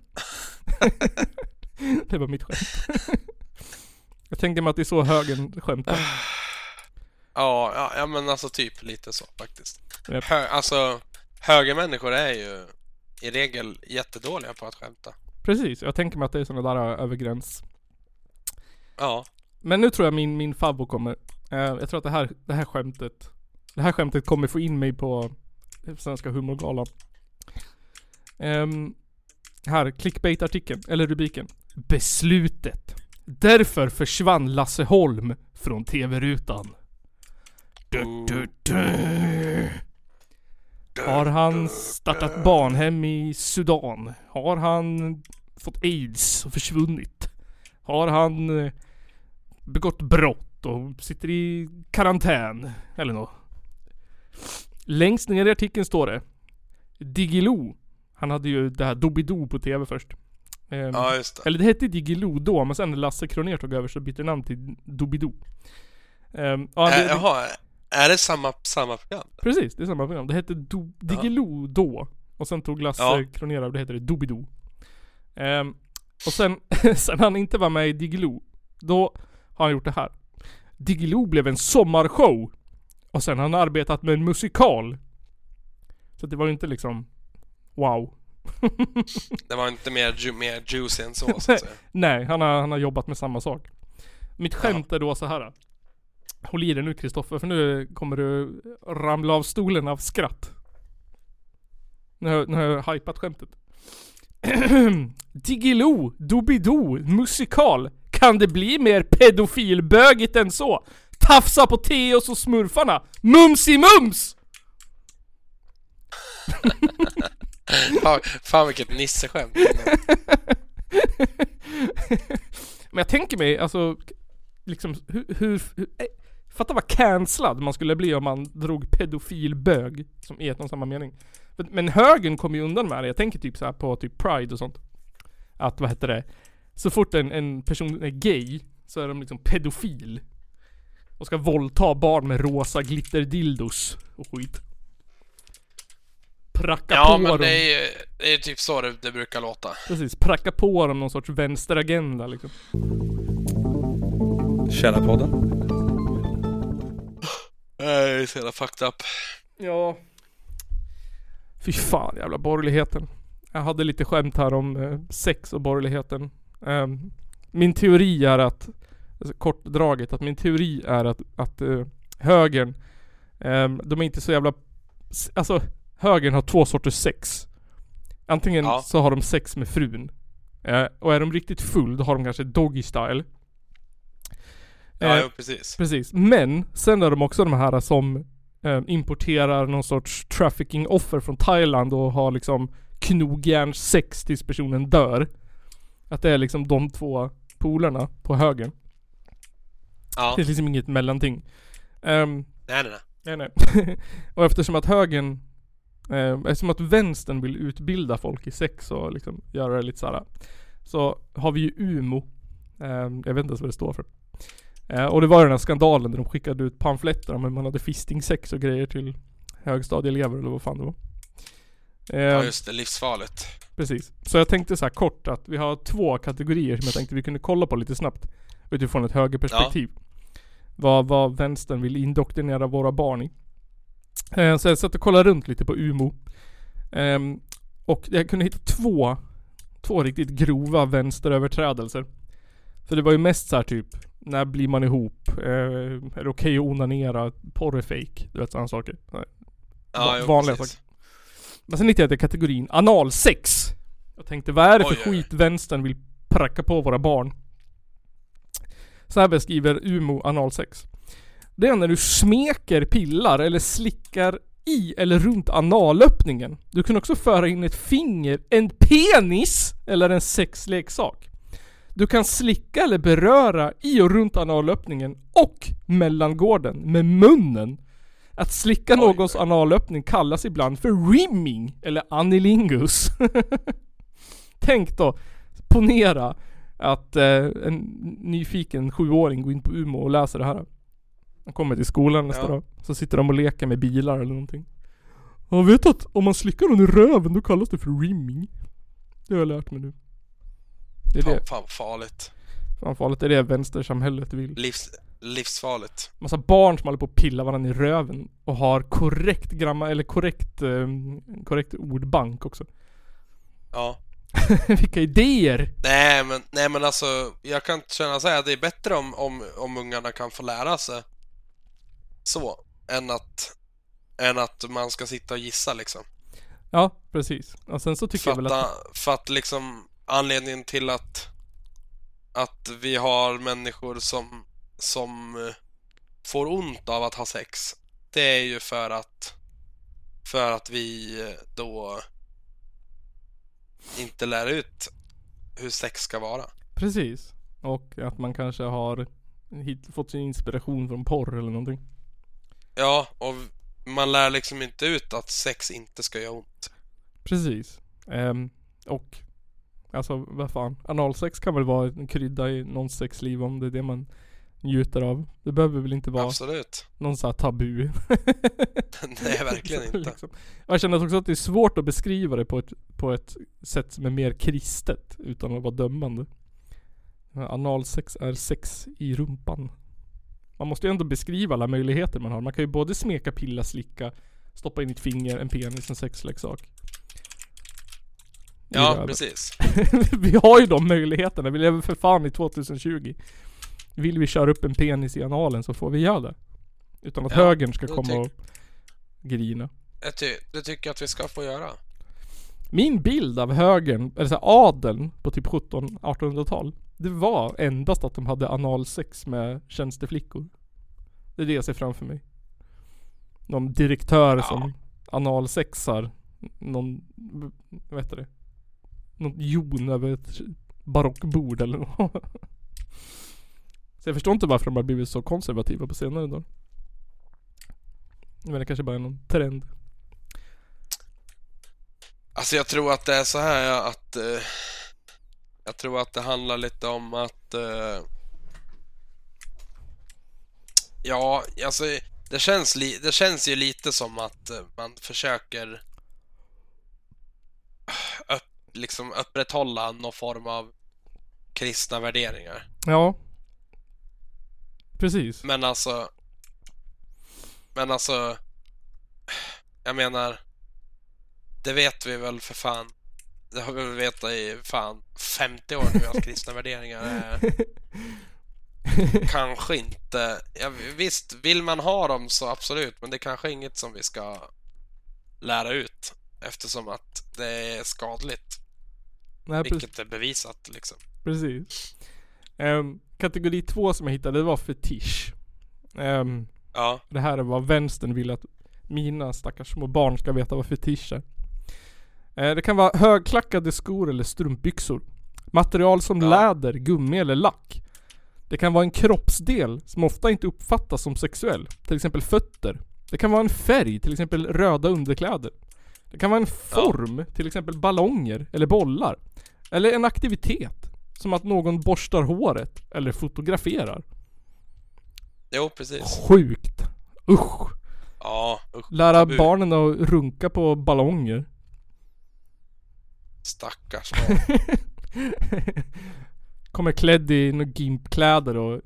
Det var mitt skämt. Jag tänkte mig att det är så högen skämtar. Ja, ja, ja men alltså typ lite så faktiskt. Yep. Hö, alltså högermänniskor är ju i regel jättedåliga på att skämta. Precis, jag tänker mig att det är sådana där över gräns. Ja. Men nu tror jag min, min favvo kommer. Uh, jag tror att det här, det här skämtet Det här skämtet kommer få in mig på Svenska humorgalan. Um, här, clickbait-artikeln, eller rubriken. Beslutet. Därför försvann Lasse Holm från tv-rutan. Du, du, du. Har han startat barnhem i Sudan? Har han fått aids och försvunnit? Har han begått brott och sitter i karantän? Eller något. Längst ner i artikeln står det Diggiloo. Han hade ju det här Doobidoo på tv först. Um, ja, just det. Eller det hette Diggiloo då, men sen när Lasse Kronér tog över så bytte namn till Doobidoo. Um, ja, Ä- jaha, är det samma, samma program? Precis, det är samma program. Det hette Do- Diggiloo då. Och sen tog Lasse Ja. Kronér över, det heter det Doobidoo. Um, och sen, sen han inte var med i Diggiloo, då har han gjort det här. Diggiloo blev en sommarshow. Och sen har han arbetat med en musikal. Så det var ju inte liksom wow. Det var inte mer, ju- mer juicy än så, så att säga. Nej, han har, han har jobbat med samma sak. Mitt skämt är då så här. Håll i dig nu Kristoffer, för nu kommer du ramla av stolen av skratt. Nu har, nu har jag hypat skämtet. Diggiloo, Doobidoo, musikal. Kan det bli mer pedofilbögigt än så? Tafsa på Teos och smurfarna. Mums i mums! Fan, fan vilket nisseskämt. Men jag tänker mig, alltså liksom hur, hur, hur eh, fatta vad cancellad man skulle bli om man drog pedofilbög som är ett och samma mening. Men, men högern kommer ju undan med det. Jag tänker typ så här på typ Pride och sånt. Att vad heter det? Så fort en, en person är gay så är de liksom pedofil. Och ska våldta barn med rosa glitterdildos och skit. Pracka Ja, på men dem. det är ju det är typ så det, det brukar låta. Precis, pracka på dem någon sorts vänsteragenda liksom. Källarpodden. Nej, så jävla fucked up. Ja. Fy fan, jävla borgerligheten. Jag hade lite skämt här om eh, sex och borgerligheten. Um, min teori är att, alltså, kortdraget, att min teori är att, att uh, högern, um, de är inte så jävla, alltså högern har två sorters sex. Antingen Ja. så har de sex med frun. Uh, och är de riktigt full, då har de kanske doggy style. Ja, Eh, jo, precis. Precis. Men sen är de också de här som eh, importerar någon sorts trafficking offer från Thailand och har liksom knogjärns sex tills personen dör. Att det är liksom de två polerna på höger. Ja. Det finns liksom inget mellanting. Um, Nej, nej, nej. nej, nej. Och eftersom att högern, eh, eftersom att vänstern vill utbilda folk i sex och liksom göra det lite såhär, så har vi ju U M O. Eh, jag vet inte ens vad det står för. Eh, och det var den här skandalen där de skickade ut pamfletter om hur man hade fisting sex och grejer till högstadieelever eller vad fan det var. Eh, Ja, just det. Livsfarligt. Precis. Så jag tänkte så här kort att vi har två kategorier som jag tänkte vi kunde kolla på lite snabbt utifrån ett högerperspektiv. Vad, vad vänstern vill indoktrinera våra barn i. Eh, så jag satt och kollade runt lite på U M O. Eh, och jag kunde hitta två två riktigt grova vänsteröverträdelser. För det var ju mest så här typ, när blir man ihop? Eh, är det okej att onanera? Porr är fake. Du vet sådana saker. Nej. Ja, jo, Vanliga precis. saker. Men sen hittade jag till kategorin analsex. Jag tänkte, vad är det för Oj, oj, oj. skit vänstern vill pracka på våra barn? Så här beskriver U M O analsex. Det är när du smeker, pillar eller slickar i eller runt analöppningen. Du kan också föra in ett finger, en penis eller en sexleksak. Du kan slicka eller beröra i och runt analöppningen och mellangården med munnen. Att slicka Oj, någons oj. analöppning kallas ibland för rimming eller anilingus. Tänk då, ponera att eh, en nyfiken sjuåring går in på U M O och läser det här. Han kommer till skolan nästa Ja. dag. Så sitter de och leker med bilar eller någonting. Jag vet att om man slickar någon i röven då kallas det för rimming. Det har jag lärt mig nu. Det är Fan, det. fan farligt. Fan farligt, det är det vänstersamhället vill. Livs, livsfarligt. Massa barn som håller på att pilla varandra i röven och har korrekt gramma eller korrekt eh, korrekt ordbank också. Ja. Vilka idéer! Nej men, nej men alltså, jag kan känna säga att det är bättre om, om, om ungarna kan få lära sig så, än att, än att man ska sitta och gissa liksom. Ja, precis. Och sen så tycker För jag väl att, att... för att liksom anledningen till att att vi har människor som som eh, får ont av att ha sex, det är ju för att för att vi eh, då inte lär ut hur sex ska vara. Precis. Och att man kanske har hit, fått sin inspiration från porr eller någonting. Ja, och man lär liksom inte ut att sex inte ska göra ont. Precis. Ehm, och alltså vad fan, analsex kan väl vara en krydda i någons sexliv om det är det man njuter av. Det behöver väl inte vara Absolut. någon sån här tabu. Nej, verkligen inte. Liksom. Jag känner också att det är svårt att beskriva det på ett, på ett sätt som är mer kristet utan att vara dömande. Analsex är sex i rumpan. Man måste ju ändå beskriva alla möjligheter man har. Man kan ju både smeka, pilla, slicka, stoppa in ett finger, en penis, en sexleksak. Ja, Ja, precis. vi har ju de möjligheterna. Vi lever för fan i tjugohundratjugo. Vill vi köra upp en penis i analen så får vi göra det. Utan att Ja, högern ska det komma tyck- och grina. Jag ty- det tycker jag att vi ska få göra. Min bild av högern, eller så här, adeln på typ sjutton-artonhundratal, det var endast att de hade analsex med tjänsteflickor. Det är det jag ser framför mig. Någon direktör Ja. som analsexar någon, vad heter det? Någon jon över ett barockbord eller något. Så jag förstår inte varför de har blivit så konservativa på senare dagar. Men det kanske bara är någon trend. Alltså jag tror att det är så här ja, att eh, jag tror att det handlar lite om att eh, ja, alltså det känns li- det känns ju lite som att eh, man försöker upp, liksom upprätthålla någon form av kristna värderingar. Ja. Precis. Men alltså... Men alltså... Jag menar... Det vet vi väl för fan. Det har vi väl vetat i fan femtio år nu att kristna värderingar är... Kanske inte... Ja, visst, vill man ha dem så absolut. Men det är kanske inget som vi ska lära ut. Eftersom att det är skadligt. Nej, vilket är bevisat liksom. Precis. Um, kategori två som jag hittade, det var fetisch. Um, ja. Det här är vad vänstern vill att mina stackars små barn ska veta vad fetisch är. Uh, det kan vara högklackade skor eller strumpbyxor. Material som ja. läder, gummi eller lack. Det kan vara en kroppsdel som ofta inte uppfattas som sexuell. Till exempel fötter. Det kan vara en färg, till exempel röda underkläder. Det kan vara en form, ja. till exempel ballonger eller bollar. Eller en aktivitet, som att någon borstar håret eller fotograferar. Jo, precis. Sjukt. Usch. Ja, usch. Lära Tabu. barnen att runka på ballonger. Stackars Kommer klädd i några gimpkläder och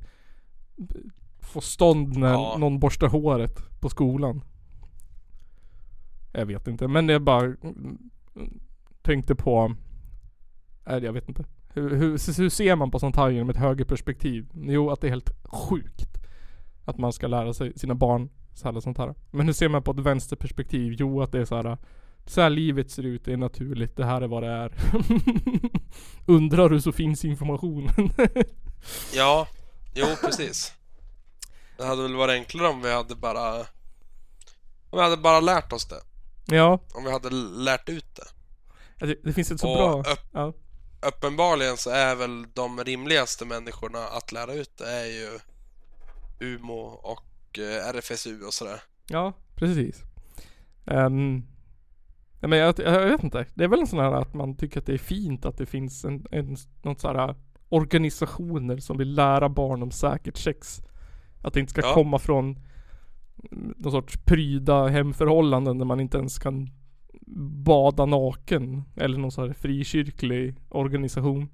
får stånd när ja. någon borstar håret på skolan. Jag vet inte, men jag bara tänkte på... Nej, jag vet inte. Hur, hur, hur ser man på sånt här genom ett högre perspektiv? Jo, att det är helt sjukt att man ska lära sig sina barn så här och sånt här. Men hur ser man på ett vänsterperspektiv? Jo, att det är så här... Så här livet ser ut, det är naturligt, det här är vad det är. Undrar hur så finns informationen. Ja, jo precis. Det hade väl varit enklare om vi hade bara Om vi hade bara lärt oss det. Ja. Om vi hade lärt ut det. Ja, det, det finns ett så och bra upp, ja. Uppenbarligen så är väl de rimligaste människorna att lära ut det är ju U M O och eh, R F S U och sådär. Ja, precis. Um, ja, men jag, jag vet inte. Det är väl en sån här att man tycker att det är fint att det finns en, en något sån här organisationer som vill lära barn om säkert sex. Att det inte ska ja. komma från någon sorts pryda hemförhållanden där man inte ens kan bada naken. Eller någon sån här frikyrklig organisation.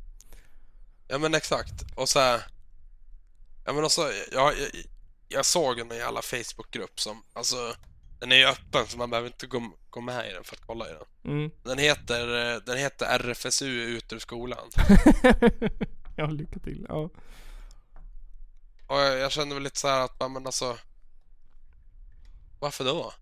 Ja men exakt. Och så här, ja men också, jag, jag, jag såg en jävla Facebookgrupp som, alltså den är ju öppen så man behöver inte gå, gå med i den för att kolla i den. Mm. Den heter den heter R F S U ut ur skolan. Ja, lycka till. Ja. Och jag, jag kände väl lite så här att men alltså varför då?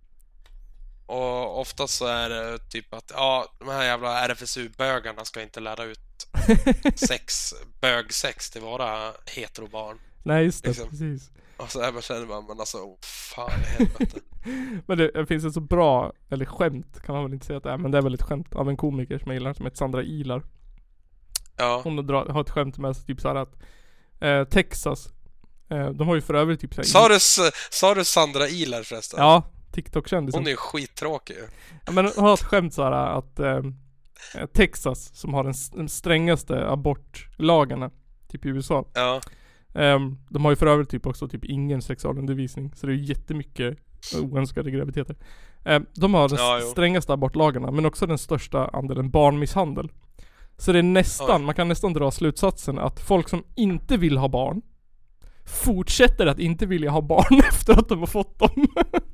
Och ofta så är det typ att ja, de här jävla R F S U-bögarna ska inte lära ut sex, bögsex till våra heterobarn. Nej, just det, liksom. Precis. Och så här man känner man, men alltså, oh, fan i helvete. Men det, det finns ett så bra, eller skämt kan man väl inte säga att det är, men det är väl ett skämt av en komiker som jag gillar, som heter Sandra Ilar. Ja. Hon drar, har ett skämt med sig typ så här att eh, Texas, eh, de har ju för övrigt typ så här, sa, du, sa du Sandra Ilar förresten? Ja, TikTok-kändisen. Hon är ju skittråkig. Ja, men hon har ett skämt så här att eh, Texas, som har den, den strängaste abortlagarna typ i U S A. Ja. Um, de har ju för övrigt typ också typ ingen sexualundervisning. Så det är ju jättemycket oönskade graviditeter. um, De har den ja, strängaste abortlagarna, men också den största andelen barnmisshandel. Så det är nästan, Oj. man kan nästan dra slutsatsen att folk som inte vill ha barn fortsätter att inte vilja ha barn efter att de har fått dem.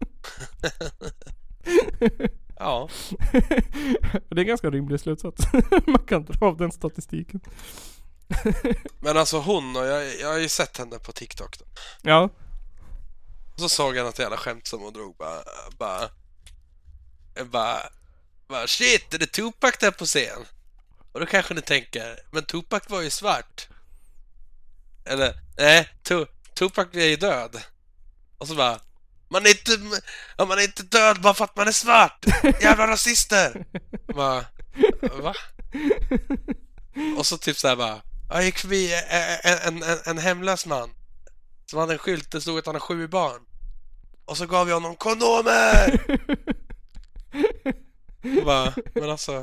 Ja. Det är en ganska rimlig slutsats. Man kan dra av den statistiken. Men alltså hon, och jag, jag har ju sett henne på TikTok då. Ja. Och så såg jag något jävla skämt som hon drog. Bara, bara, bara, bara shit, är det Tupac där på scen? Och då kanske ni tänker, men Tupac var ju svart. Eller, nej, tu, Tupac är ju död. Och så bara, man är inte, man är inte död bara för att man är svart. Jävla rasister. Bara, va? Och så typ såhär bara, jag gick förbi en, en, en, en hemlös man som hade en skylt, det stod att han har sju barn. Och så gav jag honom kondomer. Bara, men alltså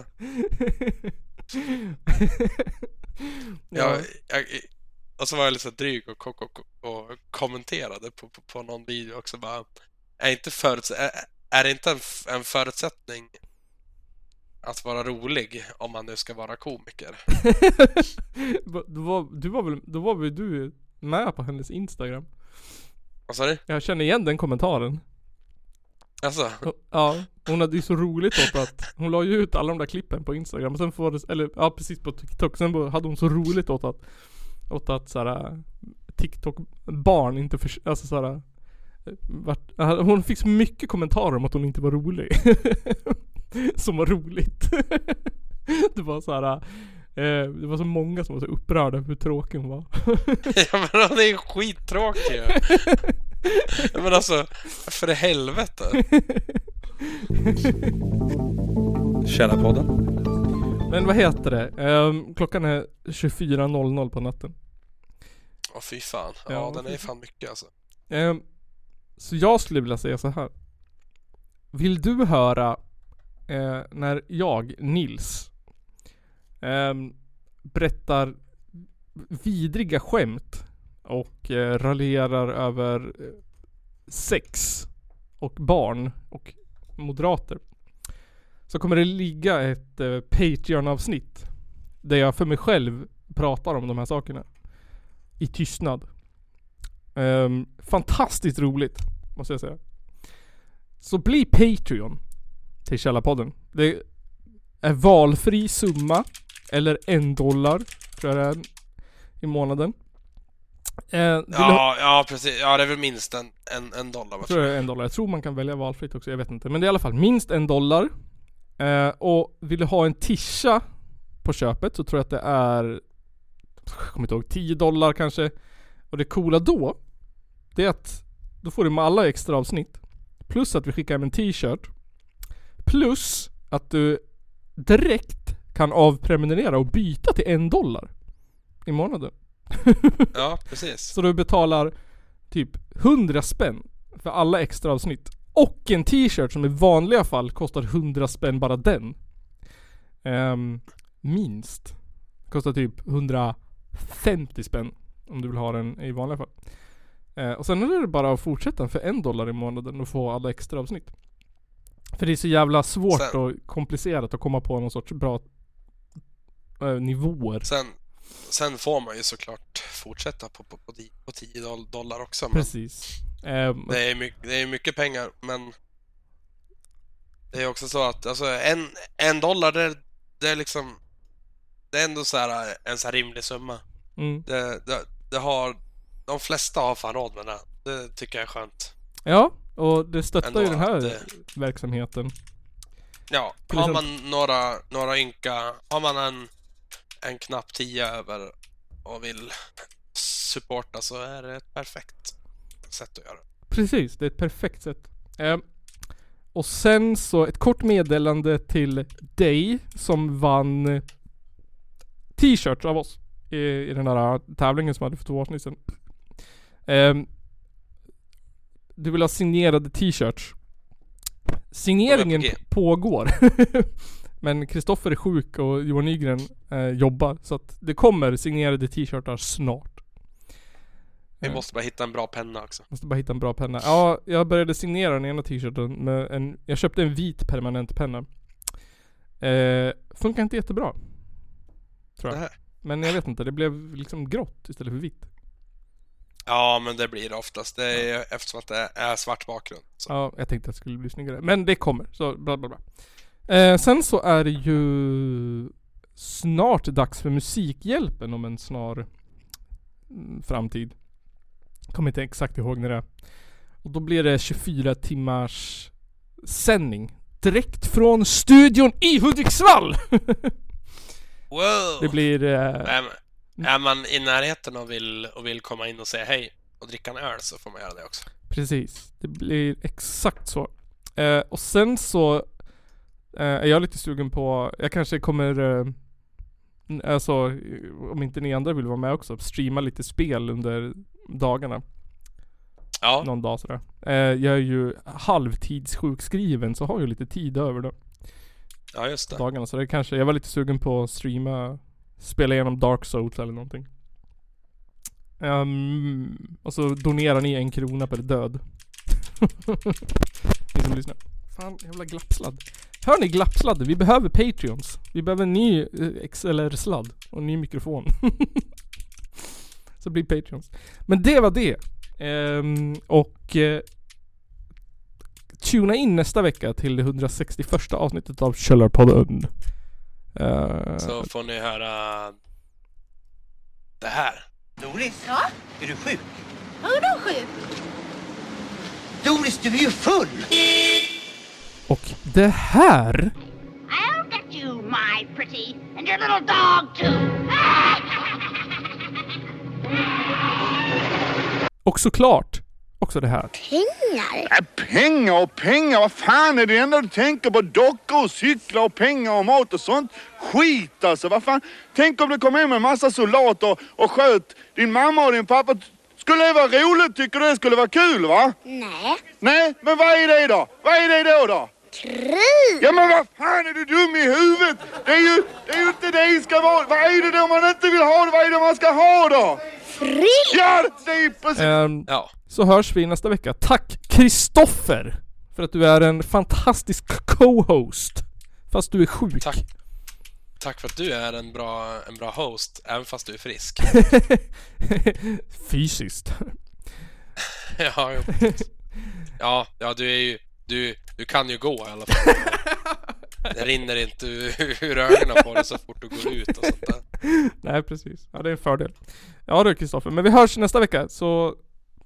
jag, jag, och så var jag lite dryg och, och, och, och kommenterade på, på, på någon video också bara, är, inte föruts- är, är det inte en, en förutsättning att vara rolig om man nu ska vara komiker? då, var, du var väl, då var väl du med på hennes Instagram? Vad sa du? Jag känner igen den kommentaren. Alltså, Ja, hon hade ju så roligt åt att hon la ju ut alla de där klippen på Instagram och sen får det, eller ja precis på TikTok, sen hade hon så roligt åt att åt att såhär TikTok barn inte för, alltså såhär vart, hon fick så mycket kommentarer om att hon inte var rolig. Som var roligt. Det var såhär eh, det var så många som var så upprörda hur tråkig hon var. ja men hon är ju skittråkig. Ja, men alltså, för i helvete. Tjena podden. Men vad heter det? Um, klockan är tjugofyra noll noll på natten. Åh fy fan. Ja, Ja, den är fy fan mycket alltså. Um, så jag skulle vilja säga så här. Vill du höra uh, när jag, Nils, um, berättar vidriga skämt och uh, raljerar över uh, sex och barn och moderater, så kommer det ligga ett uh, Patreon-avsnitt där jag för mig själv pratar om de här sakerna i tystnad. Um, fantastiskt roligt, måste jag säga. Så bli Patreon till Källarpodden. Det är valfri summa, eller en dollar tror jag det är i månaden. Uh, Ja, ja precis. Ja, det är väl minst en, en, en dollar. Jag tror det är en dollar. Jag tror man kan välja valfritt också, jag vet inte. Men det är i alla fall minst en dollar. Uh, och vill du ha en tisha på köpet så tror jag att det är, jag kommer inte ihåg, tio dollar kanske. Och det coola då, det är att då får du med alla extra avsnitt. Plus att vi skickar hem en t-shirt. Plus att du direkt kan avprenumerera och byta till en dollar i månaden. Ja, precis. Så du betalar typ hundra spänn för alla extra avsnitt. Och en t-shirt som i vanliga fall kostar hundra spänn bara den. Um, minst. Kostar typ hundrafemtio spänn om du vill ha den i vanliga fall. Uh, och sen är det bara att fortsätta för en dollar i månaden och få alla extra avsnitt. För det är så jävla svårt sen, och komplicerat att komma på någon sorts bra uh, nivåer. Sen, sen får man ju såklart fortsätta på, på, på, på tio dollar också. Men precis. Um, det är mycket, det är mycket pengar, men det är också så att alltså, en, en dollar det, det är liksom, det är ändå så här en så här rimlig summa. Mm. Det, det, det har, de flesta har fan råd med det. Det tycker jag är skönt. Ja, och det stöttar ändå ju den här det, verksamheten. Ja, till har exempel, man några, några ynka, har man en, en knapp tio över och vill supporta, så är det ett perfekt sätt att göra. Precis, det är ett perfekt sätt. Eh, och sen så ett kort meddelande till dig som vann t-shirts av oss i, i den där tävlingen som hade för två avsnitt sedan. Eh, du vill ha signerade t-shirts. Signeringen pågår. Men Kristoffer är sjuk och Johan Nygren eh, jobbar, så att det kommer signerade t-shirtar snart. Vi måste bara hitta en bra penna också. Måste bara hitta en bra penna. Ja, jag började signera den ena t-shirten med en, jag köpte en vit permanent penna. Eh, funkar inte jättebra, tror jag. Men jag vet inte, det blev liksom grått istället för vitt. Ja, men det blir det oftast. Det är ja. Eftersom att det är svart bakgrund. Så. Ja, jag tänkte att det skulle bli snyggare. Men det kommer, så bla bla bla. Eh, sen så är det ju snart dags för Musikhjälpen om en snar mm, framtid. Kommer inte exakt ihåg när det är. Och då blir det tjugofyra timmars sändning direkt från studion i Hudiksvall. Wow. Det blir eh, är, är man i närheten och vill, och vill komma in och säga hej och dricka en öl, så får man göra det också. Precis, det blir exakt så. eh, Och sen så eh, är jag lite sugen på, jag kanske kommer eh, alltså, om inte ni andra vill vara med också, streama lite spel under dagarna. Ja. Någon dag sådär. Eh, jag är ju halvtidssjukskriven, så har jag lite tid över då. Ja, just det. Dagarna, så det kanske, jag var lite sugen på att streama, spela igenom Dark Souls eller någonting. Um, och så donerar ni en krona per död. Ni som lyssnar. Fan, jävla glappsladd. Hör ni glappsladd? Vi behöver Patreons. Vi behöver en ny eh, X L R-sladd och en ny mikrofon. Så blir Patreons. Men det var det. Ehm, och eh, tuna in nästa vecka till det hundrasextioförsta avsnittet av Källarpodden. Uh, Så får ni höra det här. Doris? Ja? Är du sjuk? Vadå sjuk? Doris, du är ju full! och det här I'll get you, my pretty, and your little dog too. och såklart också det här. Pengar? Äh, pengar och pengar, vad fan är det enda du tänker på? Dockor och cyklar och pengar och mat och sånt? Skit alltså, vad fan? Tänk om det kom hem en massa soldater och sköt din mamma och din pappa. Skulle det vara roligt? Tycker du det skulle vara kul, va? Nej. Nej, men vad är det då? Vad är det då då? Krig? Ja, men vad fan är du dum i huvudet? Det är ju, det är ju inte det det ska vara. Vad är det då man inte vill ha? Vad är det man ska ha då? Fred? Ja, det är precis. Ehm, Ja. Så hörs vi nästa vecka. Tack Kristoffer för att du är en fantastisk co-host. Fast du är sjuk. Tack. Tack för att du är en bra, en bra host, även fast du är frisk. Fysiskt. ja, jo, precis. ja, ja, du är ju, du, du kan ju gå i alla fall. Det rinner inte ur, ur ögonen på dig så fort du går ut och sånt där. Nej, precis. Ja, det är en fördel. Ja du Kristoffer, men vi hörs nästa vecka så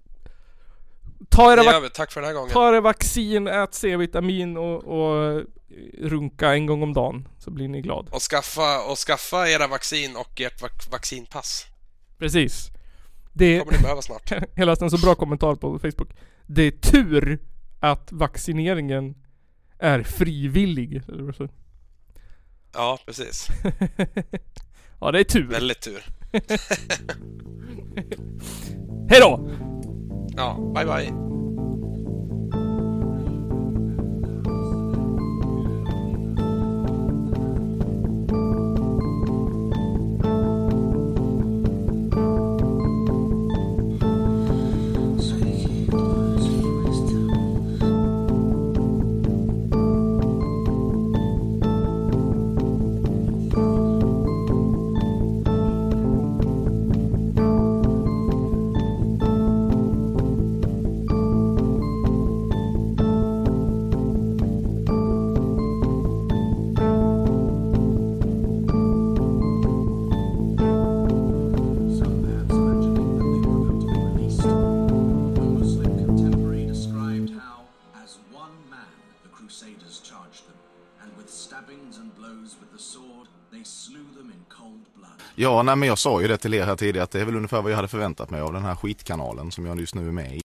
ta era, Det gör va- vi. Tack för den här gången. ta era vaccin, ät C-vitamin och, och runka en gång om dagen så blir ni glad. Och skaffa, och skaffa era vaccin och ert vac- vaccinpass. Precis. Det kommer ni behöva snart. hela en så bra kommentar på Facebook. Det är tur att vaccineringen är frivillig. Eller så. Ja, precis. Ja, det är tur. Väldigt tur. Hej då! Ja, bye bye. Some maps mentioning that they were going to be released. A Muslim contemporary described how, as one man, the Crusaders charged them, and with stabbings and blows with the sword, they slew them in cold blood. Ja, nej, men jag sa ju det till er här tidigare att det är väl ungefär vad jag hade förväntat mig av den här skitkanalen som jag just nu är med i.